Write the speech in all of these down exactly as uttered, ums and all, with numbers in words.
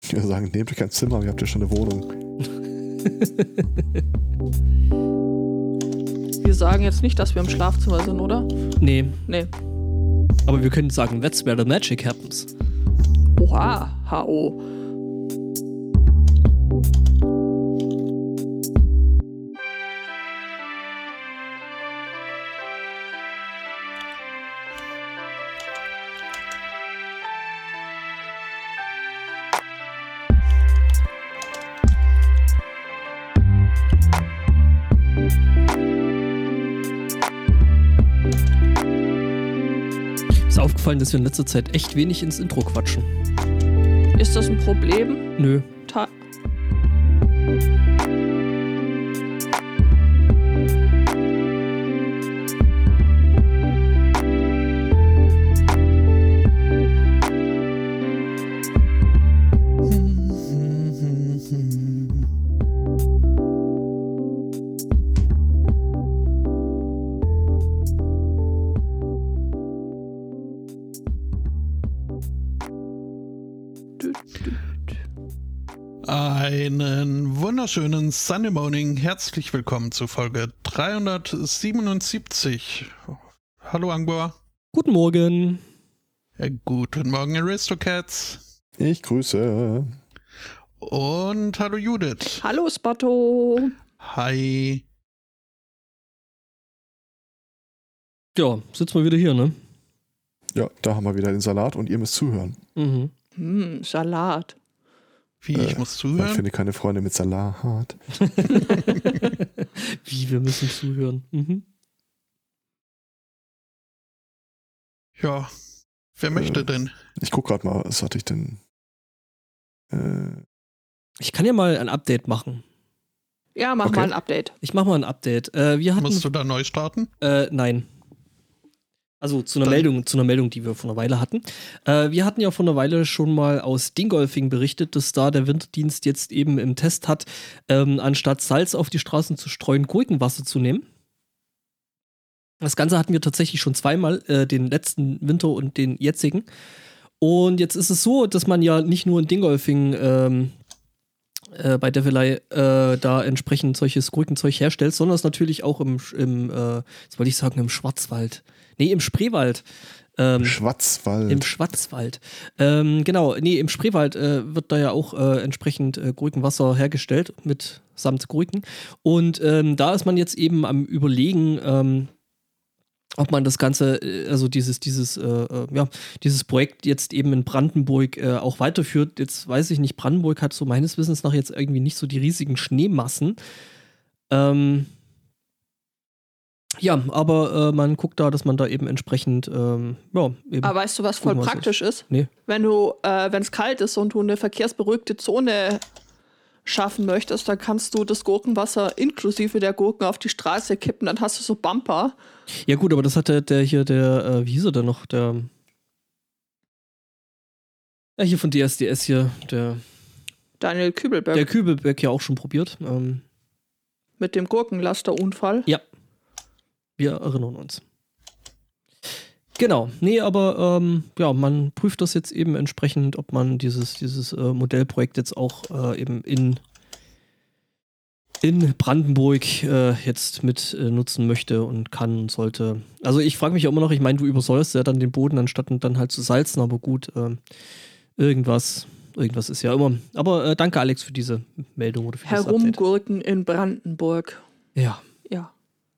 Ich würde sagen, nehmt euch ein Zimmer, ihr habt ja schon eine Wohnung. Wir sagen jetzt nicht, dass wir im Schlafzimmer sind, oder? Nee. Nee. Aber wir können sagen, that's where the magic happens. Oha, H O. Aufgefallen, dass wir in letzter Zeit echt wenig ins Intro quatschen. Ist das ein Problem? Nö. Ta- Einen wunderschönen Sunday Morning. Herzlich willkommen zu Folge dreihundertsiebenundsiebzig. Hallo Angbor. Guten Morgen. Ja, guten Morgen Aristocats. Ich grüße. Und hallo Judith. Hallo Spotto. Hi. Ja, sitzen wir wieder hier, ne? Ja, da haben wir wieder den Salat und ihr müsst zuhören. Mhm. Hm, Salat. Wie, Äh, ich muss Ich zuhören? finde keine Freunde mit Salat. Wie, wir müssen zuhören. Mhm. Ja, wer möchte Äh, denn? Ich gucke gerade mal, was hatte ich denn? Äh, Ich kann ja mal ein Update machen. Ja, mach Okay. mal ein Update. Ich mach mal ein Update. Äh, wir hatten, Musst du da neu starten? äh, nein. Also zu einer Dann- Meldung, zu einer Meldung, die wir vor einer Weile hatten. Äh, wir hatten ja vor einer Weile schon mal aus Dingolfing berichtet, dass da der Winterdienst jetzt eben im Test hat, ähm, anstatt Salz auf die Straßen zu streuen, Gurkenwasser zu nehmen. Das Ganze hatten wir tatsächlich schon zweimal, äh, den letzten Winter und den jetzigen. Und jetzt ist es so, dass man ja nicht nur in Dingolfing ähm, äh, bei Devilei äh, da entsprechend solches Gurkenzeug herstellt, sondern es natürlich auch im, im äh, jetzt wollte ich sagen, im Schwarzwald. Nee, im Spreewald. Ähm, Schwarzwald. Im Schwarzwald. Ähm, genau, nee, im Spreewald äh, wird da ja auch äh, entsprechend äh, Gurkenwasser hergestellt mit samt Gurken. Und ähm, da ist man jetzt eben am Überlegen, ähm, ob man das Ganze, äh, also dieses, dieses, äh, äh, ja, dieses Projekt jetzt eben in Brandenburg äh, auch weiterführt. Jetzt weiß ich nicht, Brandenburg hat so meines Wissens nach jetzt irgendwie nicht so die riesigen Schneemassen. Ähm, Ja, aber äh, man guckt da, dass man da eben entsprechend, ähm, ja, eben. Aber weißt du, was voll Gucken, was praktisch ist? Nee. Wenn du, äh, wenn es kalt ist und du eine verkehrsberuhigte Zone schaffen möchtest, dann kannst du das Gurkenwasser inklusive der Gurken auf die Straße kippen, dann hast du so Bumper. Ja, gut, aber das hat der, der hier, der, äh, wie hieß er denn noch? Der. Ja, hier von D S D S hier, der, Daniel Kübelberg der Kübelberg ja auch schon probiert. Ähm, mit dem Gurkenlasterunfall. ja. Wir erinnern uns. Genau, nee, aber ähm, ja, man prüft das jetzt eben entsprechend, ob man dieses, dieses äh, Modellprojekt jetzt auch äh, eben in, in Brandenburg äh, jetzt mit äh, nutzen möchte und kann und sollte. Also ich frage mich ja immer noch, ich meine, du übersäuerst ja dann den Boden, anstatt dann halt zu salzen, aber gut, äh, irgendwas, irgendwas ist ja immer. Aber äh, danke Alex für diese Meldung oder für das Update. Herumgurken in Brandenburg. Ja. Ja.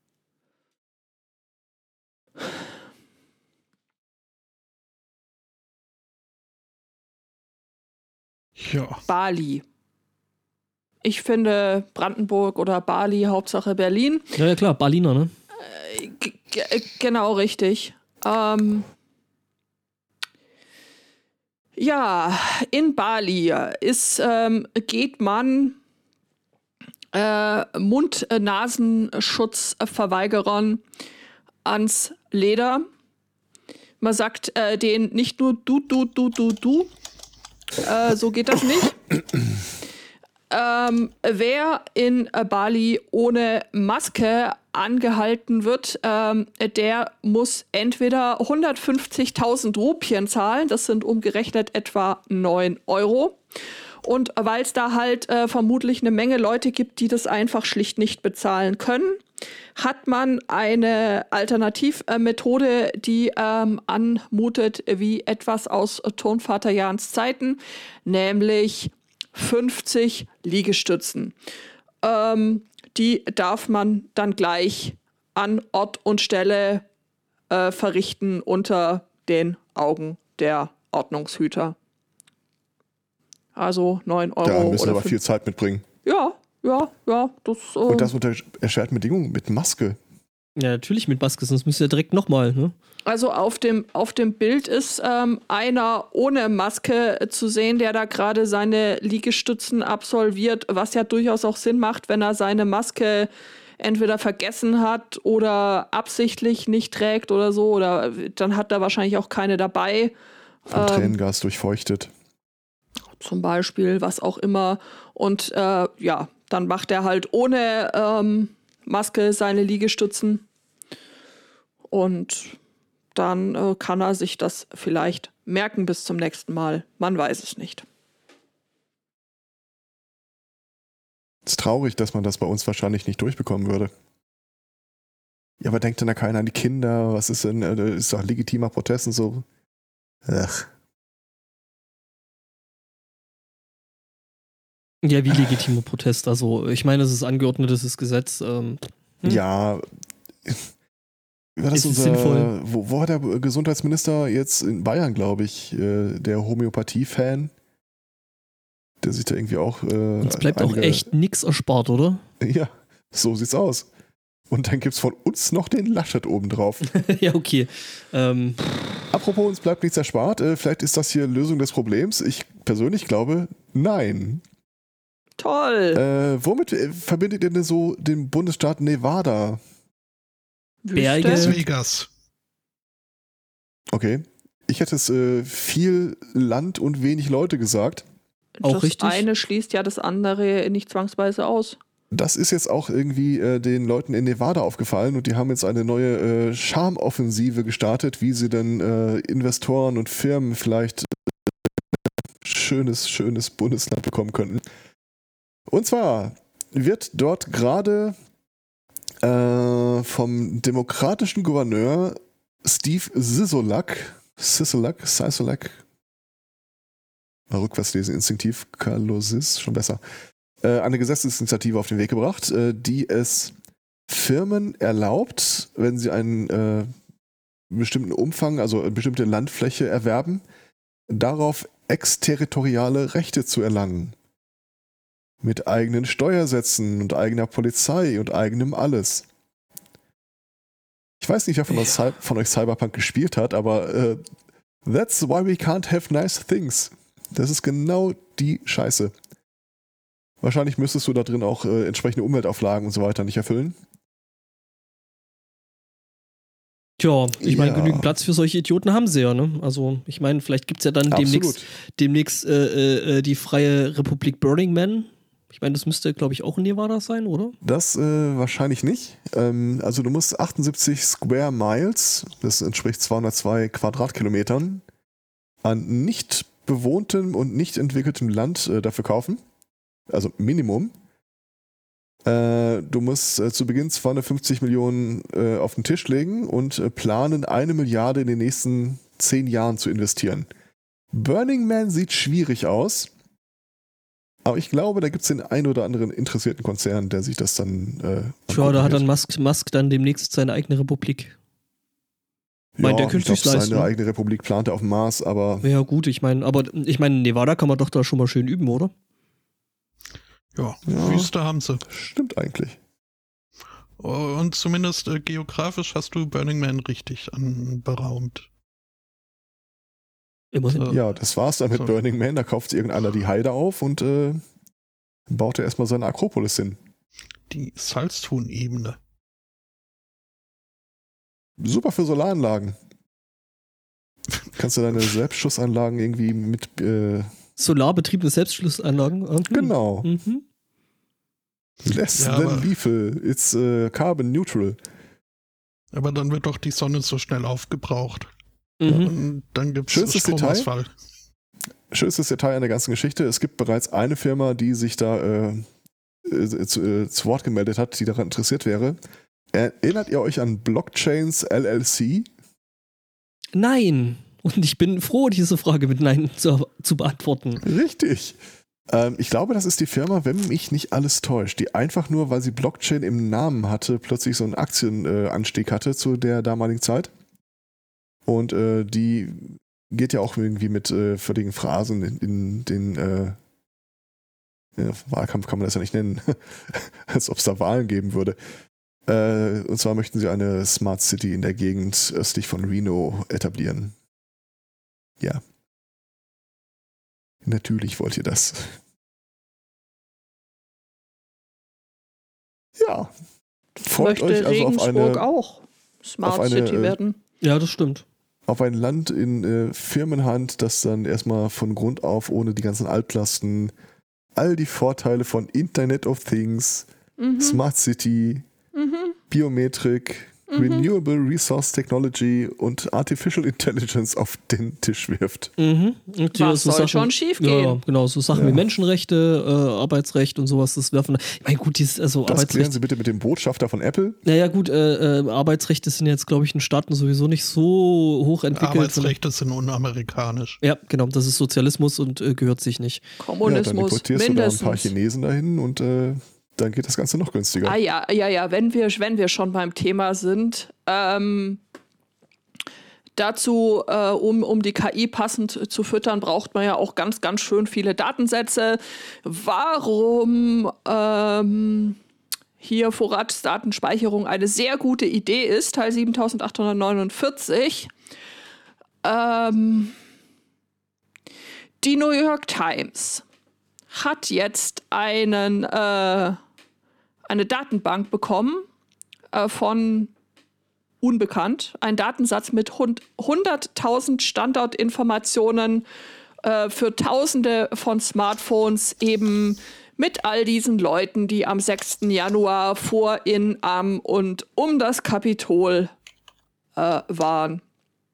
Ja. Bali. Ich finde Brandenburg oder Bali, Hauptsache Berlin. Ja, ja klar, Berliner, ne? G g genau richtig. Ähm ja, in Bali ist, ähm, geht man äh, Mund-Nasenschutz-Verweigerern ans Leder. Man sagt äh, denen nicht nur du, du, du, du, du. Äh, so geht das nicht. Ähm, wer in äh, Bali ohne Maske angehalten wird, ähm, der muss entweder hundertfünfzigtausend Rupien zahlen, das sind umgerechnet etwa neun Euro, Und weil es da halt äh, vermutlich eine Menge Leute gibt, die das einfach schlicht nicht bezahlen können, hat man eine Alternativmethode, die ähm, anmutet wie etwas aus Turnvater Jans Zeiten, nämlich fünfzig Liegestützen. Ähm, die darf man dann gleich an Ort und Stelle äh, verrichten unter den Augen der Ordnungshüter. Also neun Euro. Da müssen oder aber fünf. viel Zeit mitbringen. Ja, ja, ja. Das, äh Und das unter erschwerten Bedingungen mit Maske. Ja, natürlich mit Maske, sonst müsst ihr direkt nochmal, ne? Also auf dem, auf dem Bild ist ähm, einer ohne Maske zu sehen, der da gerade seine Liegestützen absolviert, was ja durchaus auch Sinn macht, wenn er seine Maske entweder vergessen hat oder absichtlich nicht trägt oder so. Oder dann hat er wahrscheinlich auch keine dabei. Vom Ähm, Tränengas durchfeuchtet. Zum Beispiel, was auch immer. Und äh, ja, dann macht er halt ohne ähm, Maske seine Liegestützen. Und dann äh, kann er sich das vielleicht merken bis zum nächsten Mal. Man weiß es nicht. Es ist traurig, dass man das bei uns wahrscheinlich nicht durchbekommen würde. Ja, aber denkt denn da keiner an die Kinder? Was ist denn, äh, ist doch legitimer Protest und so. Ach. Ja, wie legitimer Protest. Also, ich meine, es ist angeordnetes Gesetz. Ähm, hm. Ja. War das Ist unser, sinnvoll. Wo, wo war der Gesundheitsminister jetzt in Bayern, glaube ich, äh, der Homöopathie-Fan? Der sich da irgendwie auch. Äh, Uns bleibt einige, auch echt nix erspart, oder? Ja, so sieht's aus. Und dann gibt's von uns noch den Laschet obendrauf. Ja, okay. Ähm, Apropos, uns bleibt nichts erspart. Äh, vielleicht ist das hier Lösung des Problems. Ich persönlich glaube, nein. Toll! Äh, womit äh, verbindet ihr denn so den Bundesstaat Nevada? Berge. Wüste? Las Vegas. Okay. Ich hätte es äh, viel Land und wenig Leute gesagt. Auch das richtig. eine schließt ja das andere nicht zwangsweise aus. Das ist jetzt auch irgendwie äh, den Leuten in Nevada aufgefallen und die haben jetzt eine neue äh, Charmoffensive gestartet, wie sie denn äh, Investoren und Firmen vielleicht äh, schönes, schönes Bundesland bekommen könnten. Und zwar wird dort gerade äh, vom demokratischen Gouverneur Steve Sisolak, Sisolak, Sisolak, mal rückwärts lesen, instinktiv, Kalosis, schon besser, äh, eine Gesetzesinitiative auf den Weg gebracht, äh, die es Firmen erlaubt, wenn sie einen äh, bestimmten Umfang, also eine bestimmte Landfläche erwerben, darauf exterritoriale Rechte zu erlangen. Mit eigenen Steuersätzen und eigener Polizei und eigenem alles. Ich weiß nicht, wer von, uns, von euch Cyberpunk gespielt hat, aber äh, that's why we can't have nice things. Das ist genau die Scheiße. Wahrscheinlich müsstest du da drin auch äh, entsprechende Umweltauflagen und so weiter nicht erfüllen. Tja, ich meine, Ja. genügend Platz für solche Idioten haben sie ja, ne? Also, ich meine, vielleicht gibt es ja dann demnächst, Absolut. demnächst äh, äh, die Freie Republik Burning Man. Ich meine, das müsste, glaube ich, auch in Nevada sein, oder? Das äh, wahrscheinlich nicht. Ähm, also du musst achtundsiebzig Square Miles, das entspricht zweihundertzwei Quadratkilometern, an nicht bewohntem und nicht entwickeltem Land äh, dafür kaufen. Also Minimum. Äh, du musst äh, zu Beginn zweihundertfünfzig Millionen äh, auf den Tisch legen und äh, planen, eine Milliarde in den nächsten zehn Jahren zu investieren. Burning Man sieht schwierig aus. Aber ich glaube, da gibt es den einen oder anderen interessierten Konzern, der sich das dann äh, Tja, da hat dann wird. Musk, Musk dann demnächst seine eigene Republik. Ja, meint, der ich könnte glaube, sich's leisten. seine eigene Republik plante auf dem Mars, aber Ja, gut, ich meine, aber ich meine, Nevada kann man doch da schon mal schön üben, oder? Ja, Ja. Wüste haben sie. stimmt eigentlich. Und zumindest äh, geografisch hast du Burning Man richtig anberaumt. Immerhin. So. Ja, das war's dann mit So. Burning Man. Da kauft irgendeiner die Heide auf und äh, baut er erstmal seine Akropolis hin. Die Salzton-Ebene. Super für Solaranlagen. Kannst du deine Selbstschussanlagen irgendwie mit. Äh, Solarbetriebene Selbstschlussanlagen. Mhm. genau. Mhm. Less Ja, than aber- lethal. It's äh, carbon neutral. Aber dann wird doch die Sonne so schnell aufgebraucht. Mhm. Und dann gibt es Schönstes Detail? Stromausfall. schönstes Detail an der ganzen Geschichte, es gibt bereits eine Firma, die sich da äh, äh, zu, äh, zu Wort gemeldet hat, die daran interessiert wäre. Erinnert ihr euch an Blockchains L L C? Nein. Und ich bin froh, diese Frage mit Nein zu, zu beantworten. Richtig. Ähm, ich glaube, das ist die Firma, wenn mich nicht alles täuscht, die einfach nur, weil sie Blockchain im Namen hatte, plötzlich so einen Aktienanstieg äh, hatte zu der damaligen Zeit. Und äh, die geht ja auch irgendwie mit äh, völligen Phrasen in, in den äh, ja, Wahlkampf kann man das ja nicht nennen, als ob es da Wahlen geben würde. Äh, und zwar möchten sie eine Smart City in der Gegend östlich von Reno etablieren. Ja. Natürlich wollt ihr das. Ja. Freut Möchte euch also auf Regensburg eine, auch Smart auf eine, City werden. Ja, das stimmt. auf ein Land in äh, Firmenhand, das dann erstmal von Grund auf ohne die ganzen Altlasten all die Vorteile von Internet of Things, Mhm. Smart City, Mhm. Biometrik, Mhm. Renewable Resource Technology und Artificial Intelligence auf den Tisch wirft. Mhm. Und ja, Was so soll Sachen, schon schief ja, gehen? ja, genau, so Sachen Ja. wie Menschenrechte, äh, Arbeitsrecht und sowas, das werfen. Ich meine, gut, dieses, also Das klären Arbeitsrecht. Sie bitte mit dem Botschafter von Apple. Naja, gut, äh, äh, Arbeitsrechte sind jetzt, glaube ich, in Staaten sowieso nicht so hoch entwickelt. Arbeitsrechte sind unamerikanisch. Ja, genau, das ist Sozialismus und äh, gehört sich nicht. Ja, dann Kommunismus, importierst du da ein paar mindestens. Chinesen dahin und äh, dann geht das Ganze noch günstiger. Ah ja, ja, ja, wenn wir, wenn wir schon beim Thema sind, ähm, dazu, äh, um, um die K I passend zu füttern, braucht man ja auch ganz, ganz schön viele Datensätze. Warum ähm, hier Vorratsdatenspeicherung eine sehr gute Idee ist, Teil siebentausendachthundertneunundvierzig. Ähm, die New York Times hat jetzt einen, äh, eine Datenbank bekommen äh, von unbekannt, ein Datensatz mit hunderttausend Standortinformationen äh, für Tausende von Smartphones, eben mit all diesen Leuten, die am sechsten Januar vor, in, am und um das Kapitol äh, waren.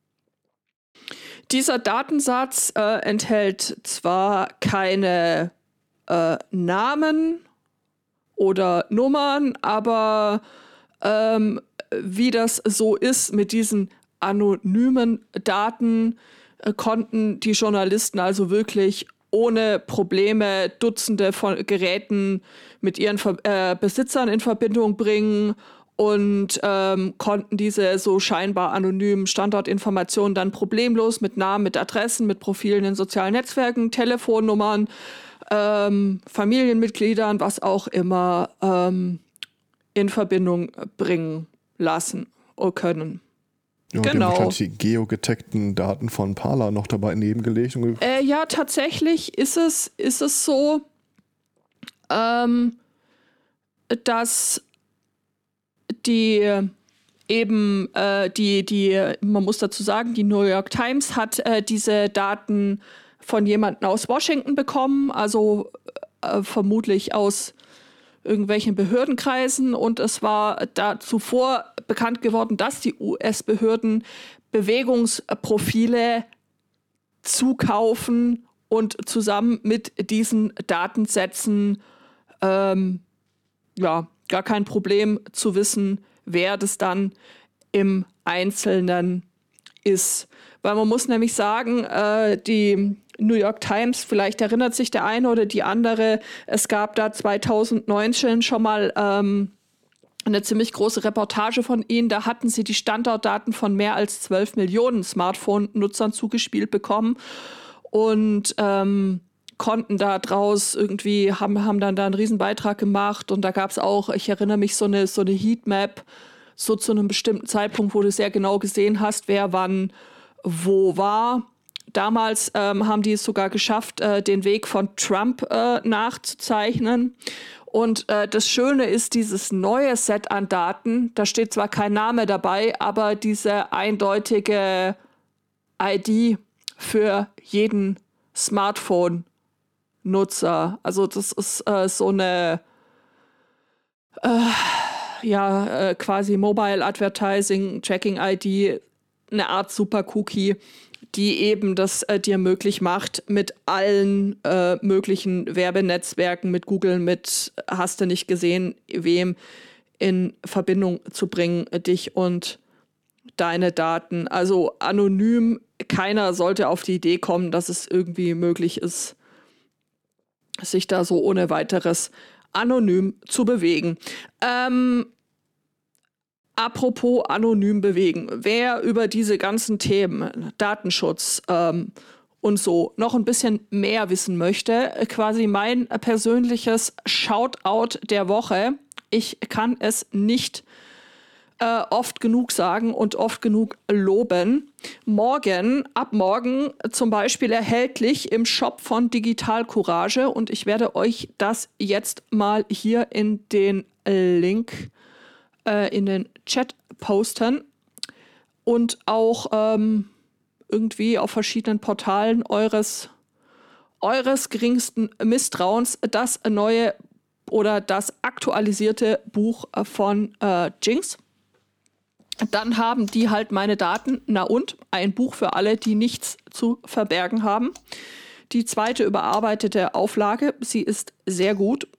Dieser Datensatz äh, enthält zwar keine äh, Namen oder Nummern, aber ähm, wie das so ist mit diesen anonymen Daten, äh, konnten die Journalisten also wirklich ohne Probleme Dutzende von Geräten mit ihren Ver- äh, Besitzern in Verbindung bringen und ähm, konnten diese so scheinbar anonymen Standortinformationen dann problemlos mit Namen, mit Adressen, mit Profilen in sozialen Netzwerken, Telefonnummern, ähm, Familienmitgliedern, was auch immer, ähm, in Verbindung bringen lassen können. Ja, die haben genau. wahrscheinlich die geogetagten Daten von Parler noch dabei nebengelegt. Und ge- Äh, ja, tatsächlich ist es, ist es so, ähm, dass die eben äh, die, die, man muss dazu sagen, die New York Times hat äh, diese Daten von jemandem aus Washington bekommen, also äh, vermutlich aus irgendwelchen Behördenkreisen, und es war da zuvor bekannt geworden, dass die U S-Behörden Bewegungsprofile zukaufen und zusammen mit diesen Datensätzen ähm, ja, gar kein Problem zu wissen, wer das dann im Einzelnen ist. Weil man muss nämlich sagen, äh, die New York Times, vielleicht erinnert sich der eine oder die andere, es gab da zweitausendneunzehn schon mal ähm, eine ziemlich große Reportage von ihnen. Da hatten sie die Standortdaten von mehr als zwölf Millionen Smartphone-Nutzern zugespielt bekommen und ähm, konnten da draus irgendwie, haben, haben dann da einen riesen Beitrag gemacht, und da gab es auch, ich erinnere mich, so eine, so eine Heatmap, so zu einem bestimmten Zeitpunkt, wo du sehr genau gesehen hast, wer wann wo war. Damals ähm, haben die es sogar geschafft, äh, den Weg von Trump äh, nachzuzeichnen. Und äh, das Schöne ist, dieses neue Set an Daten, da steht zwar kein Name dabei, aber diese eindeutige I D für jeden Smartphone-Nutzer. Also das ist äh, so eine äh, ja, äh, quasi Mobile Advertising Tracking I D, eine Art Super Cookie, die eben das äh, dir möglich macht, mit allen äh, möglichen Werbenetzwerken, mit Google, mit hast du nicht gesehen, wem in Verbindung zu bringen, dich und deine Daten. Also anonym, keiner sollte auf die Idee kommen, dass es irgendwie möglich ist, sich da so ohne weiteres anonym zu bewegen. Ähm, apropos anonym bewegen. Wer über diese ganzen Themen, Datenschutz ähm, und so, noch ein bisschen mehr wissen möchte, quasi mein persönliches Shoutout der Woche. Ich kann es nicht äh, oft genug sagen und oft genug loben. Morgen, ab morgen zum Beispiel erhältlich im Shop von Digital Courage, und ich werde euch das jetzt mal hier in den Link äh, in den Chat posten und auch ähm, irgendwie auf verschiedenen Portalen eures, eures geringsten Misstrauens das neue oder das aktualisierte Buch von äh, Jinx. Dann haben die halt meine Daten. Na und? Ein Buch für alle, die nichts zu verbergen haben. Die zweite überarbeitete Auflage. Sie ist sehr gut.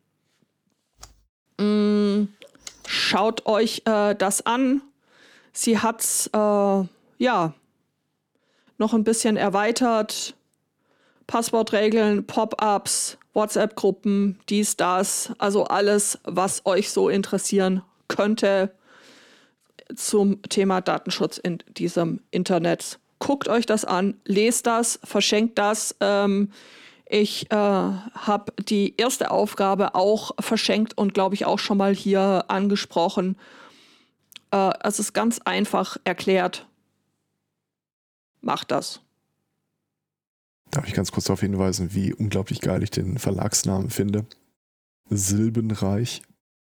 Mm, schaut euch äh, das an. Sie hat's äh, ja noch ein bisschen erweitert. Passwortregeln, Pop-ups, WhatsApp-Gruppen, dies, das. Also alles, was euch so interessieren könnte zum Thema Datenschutz in diesem Internet. Guckt euch das an, lest das, verschenkt das. Ähm, ich äh, habe die erste Aufgabe auch verschenkt und glaube ich auch schon mal hier angesprochen. Äh, es ist ganz einfach erklärt. Macht das. Darf ich ganz kurz darauf hinweisen, wie unglaublich geil ich den Verlagsnamen finde? Silbenreich.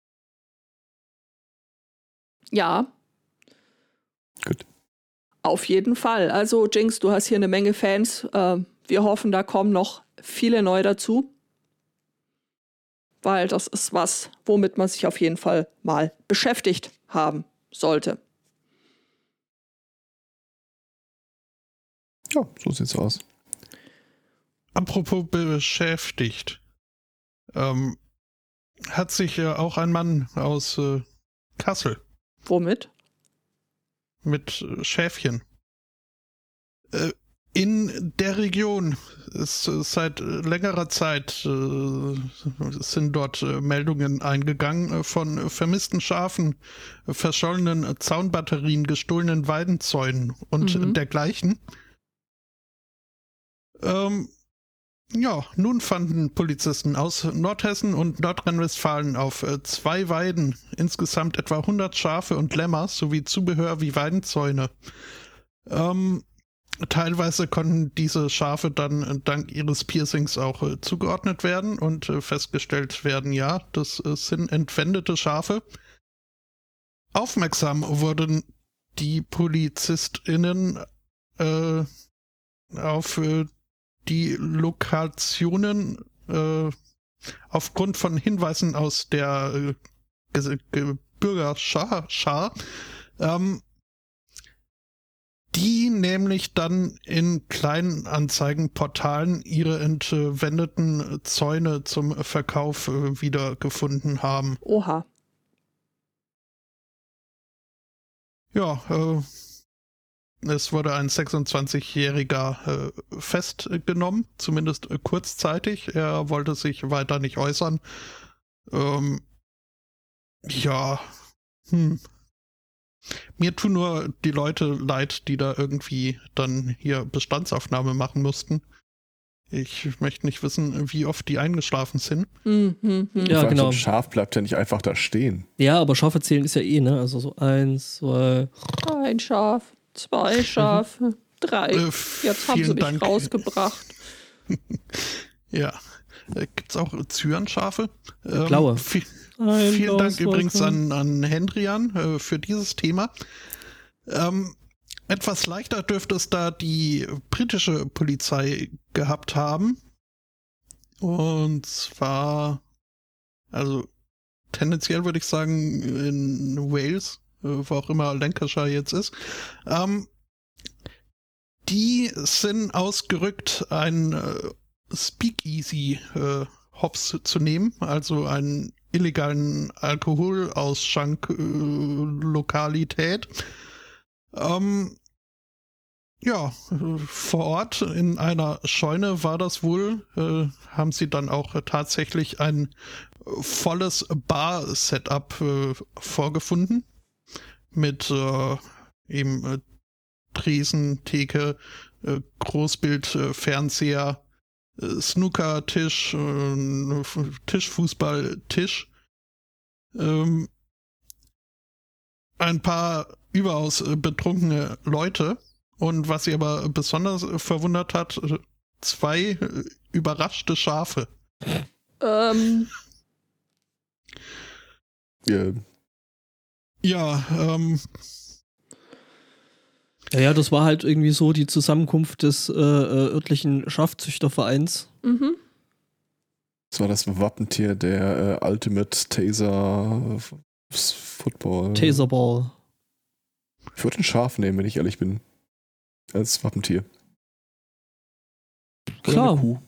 Ja. Gut. Auf jeden Fall. Also Jinx, du hast hier eine Menge Fans. Äh, wir hoffen, da kommen noch viele neu dazu. Weil das ist was, womit man sich auf jeden Fall mal beschäftigt haben sollte. Ja, so sieht's aus. Apropos beschäftigt. Ähm, hat sich äh, auch ein Mann aus äh, Kassel Womit? mit äh, Schäfchen äh, in der Region ist äh, seit äh, längerer Zeit äh, sind dort äh, Meldungen eingegangen äh, von äh, vermissten Schafen, äh, verschollenen äh, Zaunbatterien, gestohlenen Weidenzäunen und Mhm. äh, dergleichen. Ähm, Ja, nun fanden Polizisten aus Nordhessen und Nordrhein-Westfalen auf äh, zwei Weiden insgesamt etwa hundert Schafe und Lämmer sowie Zubehör wie Weidenzäune. Ähm, teilweise konnten diese Schafe dann äh, dank ihres Piercings auch äh, zugeordnet werden und äh, festgestellt werden, ja, das äh, sind entwendete Schafe. Aufmerksam wurden die PolizistInnen äh, auf äh, die Lokationen äh, aufgrund von Hinweisen aus der äh, Bürgerschar, Schar, ähm, die nämlich dann in kleinen Anzeigenportalen ihre entwendeten Zäune zum Verkauf äh, wiedergefunden haben. Oha. Ja, äh, es wurde ein sechsundzwanzigjähriger äh, festgenommen, zumindest äh, kurzzeitig. Er wollte sich weiter nicht äußern. Ähm, ja, hm. Mir tun nur die Leute leid, die da irgendwie dann hier Bestandsaufnahme machen mussten. Ich möchte nicht wissen, wie oft die eingeschlafen sind. Mhm, mhm. Ja, Vor allem genau. So ein Schaf bleibt ja nicht einfach da stehen. Ja, aber Schafe zählen ist ja eh, ne? Also so eins, zwei. Ein Schaf, zwei Schafe, drei. Äh, Jetzt haben vielen sie mich Dank. rausgebracht. Ja. Äh, gibt's auch Zyanschafe? Ähm, Blaue. vi- Ein vielen blaues Dank übrigens Wolken. an, an Hendrian äh, für dieses Thema. Ähm, etwas leichter dürfte es da die britische Polizei gehabt haben. Und zwar, also tendenziell würde ich sagen in Wales, äh, wo auch immer Lancashire jetzt ist. Ähm, die sind ausgerückt, ein äh, Speakeasy äh, Hops zu nehmen, also einen illegalen Alkoholausschank-Lokalität. Ähm, ja, äh, vor Ort in einer Scheune war das wohl, äh, haben sie dann auch äh, tatsächlich ein äh, volles Bar-Setup äh, vorgefunden. Mit äh, eben äh, Tresen, Theke, äh, Großbild, äh, Fernseher, äh, Snooker-Tisch, äh, Tischfußball-Tisch. Ähm, ein paar überaus äh, betrunkene Leute. Und was sie aber besonders äh, verwundert hat, äh, zwei äh, überraschte Schafe. Ähm, Ja. Ja, ähm, Ja, ja, das war halt irgendwie so die Zusammenkunft des äh, äh, örtlichen Schafzüchtervereins. mhm. Das war das Wappentier der äh, Ultimate Taser F- Football. Taserball. Ich würde ein Schaf nehmen, wenn ich ehrlich bin. Als Wappentier. Oder Klar. eine Kuh.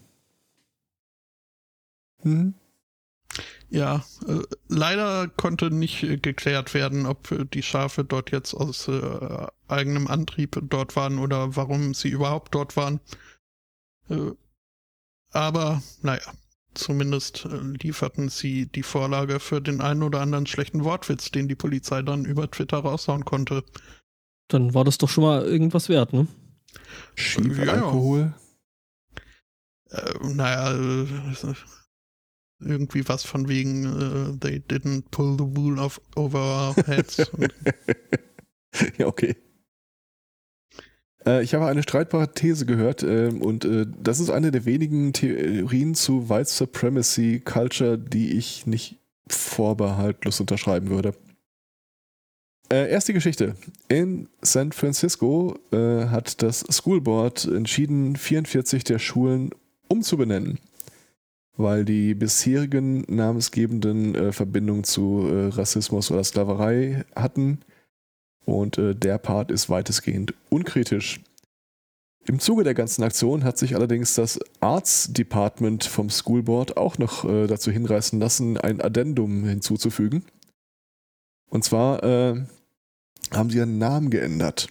Hm? ja, äh, leider konnte nicht äh, geklärt werden, ob äh, die Schafe dort jetzt aus äh, eigenem Antrieb dort waren oder warum sie überhaupt dort waren. Äh, aber, naja, zumindest äh, lieferten sie die Vorlage für den einen oder anderen schlechten Wortwitz, den die Polizei dann über Twitter raushauen konnte. Dann war das doch schon mal irgendwas wert, ne? Schief Ja, ja. Alkohol. Äh, naja, äh, irgendwie was von wegen äh, they didn't pull the wool off over our heads. Ja, okay. Äh, ich habe eine streitbare These gehört äh, und äh, das ist eine der wenigen Theorien zu White Supremacy Culture, die ich nicht vorbehaltlos unterschreiben würde. Äh, erste Geschichte. In San Francisco äh, hat das School Board entschieden, vierundvierzig der Schulen umzubenennen, weil die bisherigen namensgebenden äh, Verbindungen zu äh, Rassismus oder Sklaverei hatten. Und äh, der Part ist weitestgehend unkritisch. Im Zuge der ganzen Aktion hat sich allerdings das Arts Department vom School Board auch noch äh, dazu hinreißen lassen, ein Addendum hinzuzufügen. Und zwar äh, haben sie ihren Namen geändert.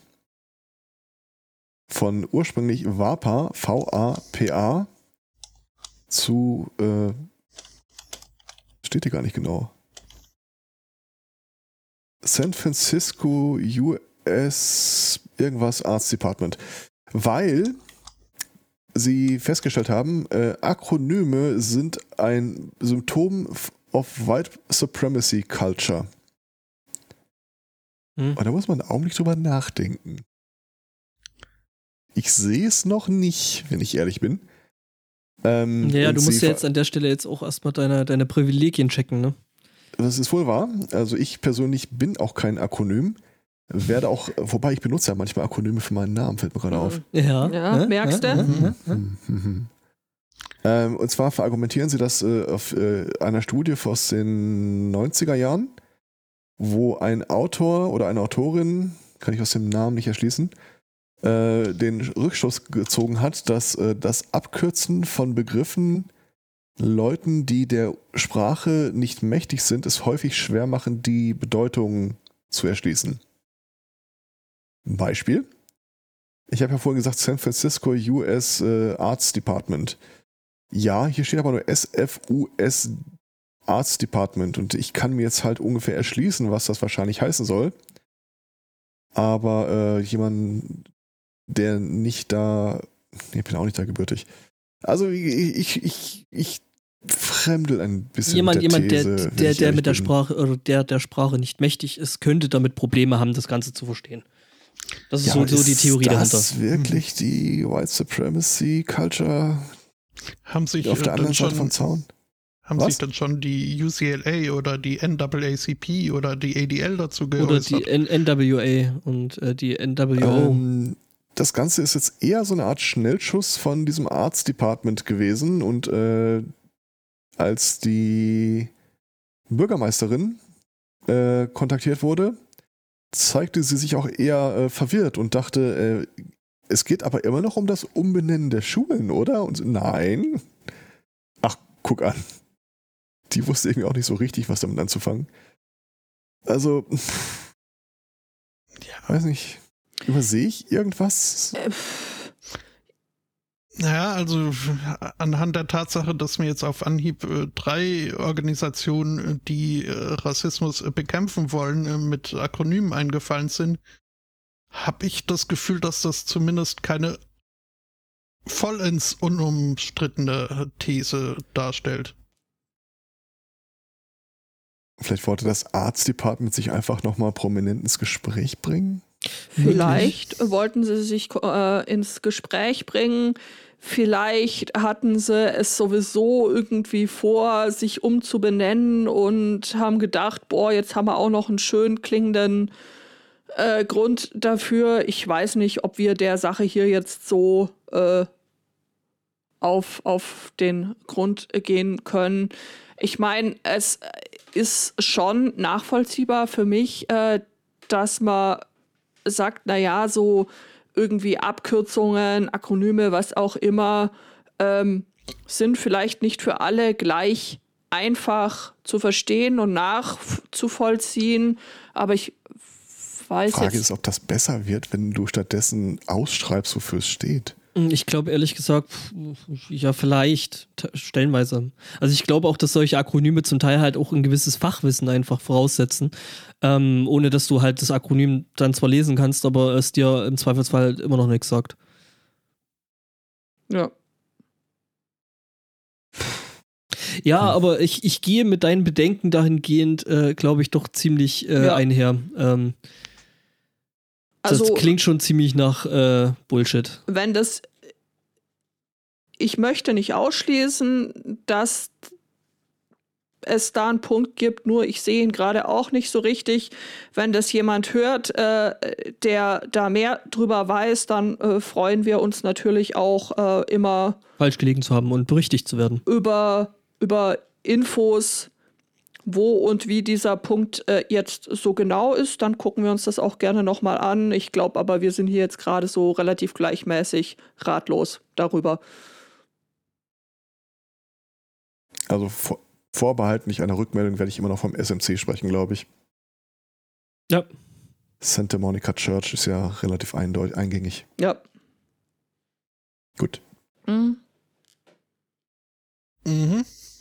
Von ursprünglich VAPA, V A P A, zu, äh, steht hier gar nicht genau, San Francisco U S irgendwas Arts Department, weil sie festgestellt haben, äh, Akronyme sind ein Symptom of White Supremacy Culture. Hm. Und da muss man auch nicht drüber nachdenken. Ich sehe es noch nicht, wenn ich ehrlich bin. Ähm, Ja, ja, und du musst sie ja jetzt an der Stelle jetzt auch erstmal deine, deine Privilegien checken, ne? Das ist wohl wahr. Also ich persönlich bin auch kein Akronym. Werde auch, wobei ich benutze ja manchmal Akronyme für meinen Namen, fällt mir gerade auf. Ja, Ja, ne? merkst du? Ja, ja, ja. Mhm, mhm. Ähm, und zwar verargumentieren sie das äh, auf äh, einer Studie aus den neunziger Jahren, wo ein Autor oder eine Autorin, kann ich aus dem Namen nicht erschließen, äh, den Rückschluss gezogen hat, dass äh, das Abkürzen von Begriffen Leuten, die der Sprache nicht mächtig sind, es häufig schwer machen, die Bedeutung zu erschließen. Ein Beispiel. Ich habe ja vorhin gesagt, San Francisco U S äh, Arts Department. Ja, hier steht aber nur S F U S Arts Department und ich kann mir jetzt halt ungefähr erschließen, was das wahrscheinlich heißen soll. Aber äh, jemand, der nicht da, nee, ich bin auch nicht da gebürtig. Also ich, ich, ich, ich fremdel ein bisschen Jemand, mit der jemand, These, der, wenn der, ich der ehrlich mit der bin. Sprache oder der der Sprache nicht mächtig ist, könnte damit Probleme haben, das Ganze zu verstehen. Das ist Ja, so, so die Theorie ist dahinter. das wirklich die White Supremacy Culture Haben sich auf äh, der anderen dann Seite vom schon, Zaun? haben Was? sich dann schon die U C L A oder die N A A C P oder die A D L dazu Oder geäußert? die N- NWA und äh, die N W O. Ähm, das Ganze ist jetzt eher so eine Art Schnellschuss von diesem Arts Department gewesen und äh, als die Bürgermeisterin äh, kontaktiert wurde, zeigte sie sich auch eher äh, verwirrt und dachte, äh, Es geht aber immer noch um das Umbenennen der Schulen, oder? Und nein. Ach, guck an. Die wusste irgendwie auch nicht so richtig, was damit anzufangen. Also, ja, weiß nicht. Übersehe ich irgendwas? Äh, Naja, also anhand der Tatsache, dass mir jetzt auf Anhieb äh, drei Organisationen, die äh, Rassismus äh, bekämpfen wollen, äh, mit Akronymen eingefallen sind, habe ich das Gefühl, dass das zumindest keine vollends unumstrittene These darstellt. Vielleicht wollte das Arts Department sich einfach nochmal prominent ins Gespräch bringen? Vielleicht wollten sie sich äh, ins Gespräch bringen. Vielleicht hatten sie es sowieso irgendwie vor, sich umzubenennen und haben gedacht, boah, jetzt haben wir auch noch einen schön klingenden äh, Grund dafür. Ich weiß nicht, ob wir der Sache hier jetzt so äh, auf, auf den Grund gehen können. Ich meine, es ist schon nachvollziehbar für mich, äh, dass man sagt, naja, so irgendwie Abkürzungen, Akronyme, was auch immer, ähm, sind vielleicht nicht für alle gleich einfach zu verstehen und nachzuvollziehen, aber ich weiß Die Frage jetzt... ist, ob das besser wird, wenn du stattdessen ausschreibst, wofür es steht. Ich glaube ehrlich gesagt, ja, vielleicht t- stellenweise. Also ich glaube auch, dass solche Akronyme zum Teil halt auch ein gewisses Fachwissen einfach voraussetzen, ähm, ohne dass du halt das Akronym dann zwar lesen kannst, aber es dir im Zweifelsfall immer noch nichts sagt. Ja. Ja, aber ich, ich gehe mit deinen Bedenken dahingehend, äh, glaube ich, doch ziemlich äh, Ja. einher. Ähm, das Also, klingt schon ziemlich nach äh, Bullshit. wenn das, ich möchte nicht ausschließen, dass es da einen Punkt gibt, nur ich sehe ihn gerade auch nicht so richtig. Wenn das jemand hört, äh, der da mehr drüber weiß, dann äh, freuen wir uns natürlich auch äh, immer Falsch gelegen zu haben und berichtigt zu werden. über, über Infos, wo und wie dieser Punkt äh, jetzt so genau ist. Dann gucken wir uns das auch gerne nochmal an. Ich glaube aber, wir sind hier jetzt gerade so relativ gleichmäßig ratlos darüber. Also vor, vorbehaltlich einer Rückmeldung werde ich immer noch vom S M C sprechen, glaube ich. Ja. Santa Monica Church ist ja relativ eindeutig, eingängig. Ja. Gut. Mhm. Mhm.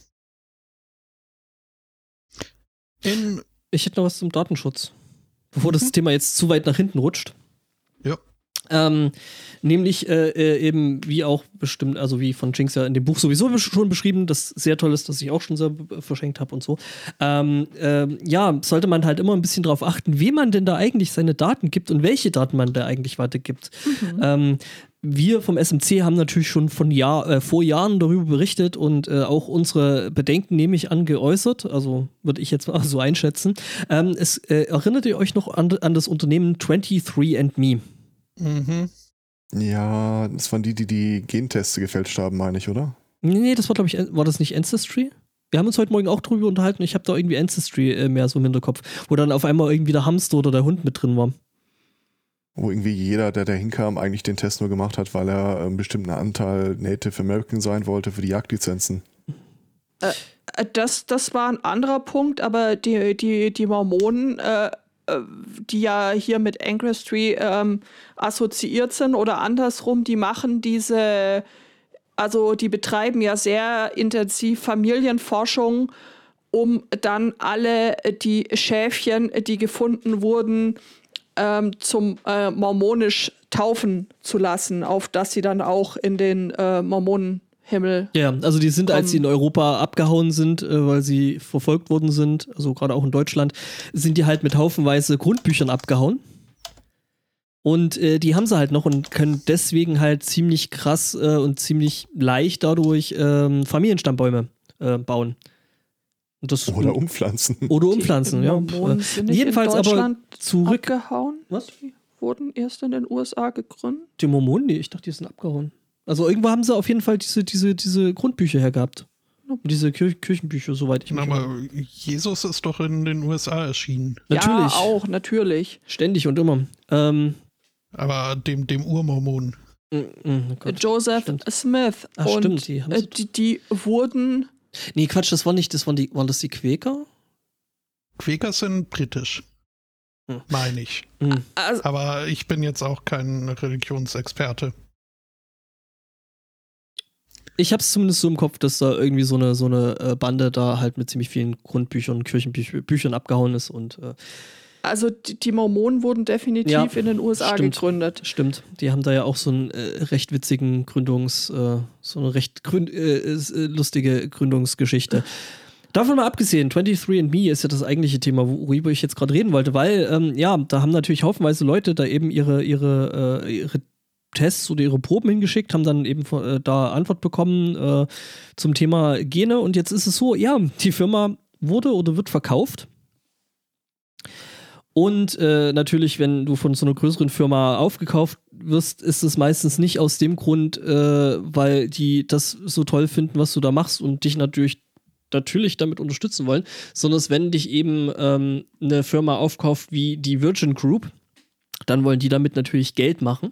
In, Ich hätte noch was zum Datenschutz. Bevor Mhm. das Thema jetzt zu weit nach hinten rutscht. ja. Ähm, nämlich äh, äh, eben, wie auch bestimmt, also wie von Jinx ja in dem Buch sowieso besch- schon beschrieben, das sehr toll ist, dass ich auch schon sehr b- verschenkt habe und so. Ähm, ähm, ja, sollte man halt immer ein bisschen drauf achten, wem man denn da eigentlich seine Daten gibt und welche Daten man da eigentlich weitergibt. Mhm. Ähm, wir vom S M C haben natürlich schon von Jahr, äh, vor Jahren darüber berichtet und äh, auch unsere Bedenken, nehme ich an, geäußert. Also würde ich jetzt mal so einschätzen. Ähm, es, äh, erinnert ihr euch noch an, an das Unternehmen twenty-three and me? Mhm. Ja, das waren die, die die Genteste gefälscht haben, meine ich, oder? Nee, nee, das war, glaube ich, war das nicht Ancestry? Wir haben uns heute Morgen auch drüber unterhalten. Ich habe da irgendwie Ancestry äh, mehr so im Hinterkopf, wo dann auf einmal irgendwie der Hamster oder der Hund mit drin war. Wo irgendwie jeder, der da hinkam, eigentlich den Test nur gemacht hat, weil er einen bestimmten Anteil Native American sein wollte für die Jagdlizenzen. Äh, Das, das war ein anderer Punkt, aber die, die, die Mormonen, äh, äh, die ja hier mit Ancestry ähm, assoziiert sind oder andersrum, die machen diese, also die betreiben ja sehr intensiv Familienforschung, um dann alle die Schäfchen, die gefunden wurden, ähm, zum äh, mormonisch taufen zu lassen, auf dass sie dann auch in den äh, Mormonenhimmel. Ja, also die sind, als Vom- sie in Europa abgehauen sind, äh, weil sie verfolgt worden sind, also gerade auch in Deutschland, sind die halt mit haufenweise Grundbüchern abgehauen. Und äh, die haben sie halt noch und können deswegen halt ziemlich krass äh, und ziemlich leicht dadurch ähm, Familienstammbäume äh, bauen. Und das, Oder umpflanzen. oder umpflanzen, Die ja. Mormonen sind nicht Jedenfalls in aber Deutschland zurück. abgehauen. Was? Die wurden erst in den U S A gegründet. Die Mormonen? Nee, ich dachte, die sind abgehauen. Also irgendwo haben sie auf jeden Fall diese, diese, diese Grundbücher hergehabt. Diese Kir- Kirchenbücher, soweit ich mich Aber erinnere. Jesus ist doch in den U S A erschienen. Natürlich. Ja, auch, natürlich. Ständig und immer. Ähm, Aber dem, dem Urmormon. Oh Gott, Joseph stimmt. Smith. Ach, und stimmt, die haben äh, so- die, die wurden. Nee, Quatsch, das war nicht, das waren die, waren das die Quäker? Quäker sind britisch. Hm. Meine ich. Hm. Also, Aber ich bin jetzt auch kein Religionsexperte. Ich hab's zumindest so im Kopf, dass da irgendwie so eine, so eine äh, Bande da halt mit ziemlich vielen Grundbüchern, Kirchenbüchern abgehauen ist und äh, also die, die Mormonen wurden definitiv Ja, in den U S A stimmt. gegründet. Stimmt, die haben da ja auch so einen äh, recht witzigen Gründungs, äh, so eine recht grün, äh, äh, lustige Gründungsgeschichte. Davon mal abgesehen, twenty-three and me ist ja das eigentliche Thema, worüber ich jetzt gerade reden wollte, weil, ähm, ja, da haben natürlich haufenweise Leute da eben ihre, ihre, äh, ihre Tests oder ihre Proben hingeschickt, haben dann eben äh, da Antwort bekommen äh, zum Thema Gene und jetzt ist es so, ja, die Firma wurde oder wird verkauft. Und äh, natürlich, wenn du von so einer größeren Firma aufgekauft wirst, ist es meistens nicht aus dem Grund, äh, weil die das so toll finden, was du da machst und dich natürlich, natürlich damit unterstützen wollen, sondern es, wenn dich eben ähm, eine Firma aufkauft wie die Virgin Group, dann wollen die damit natürlich Geld machen.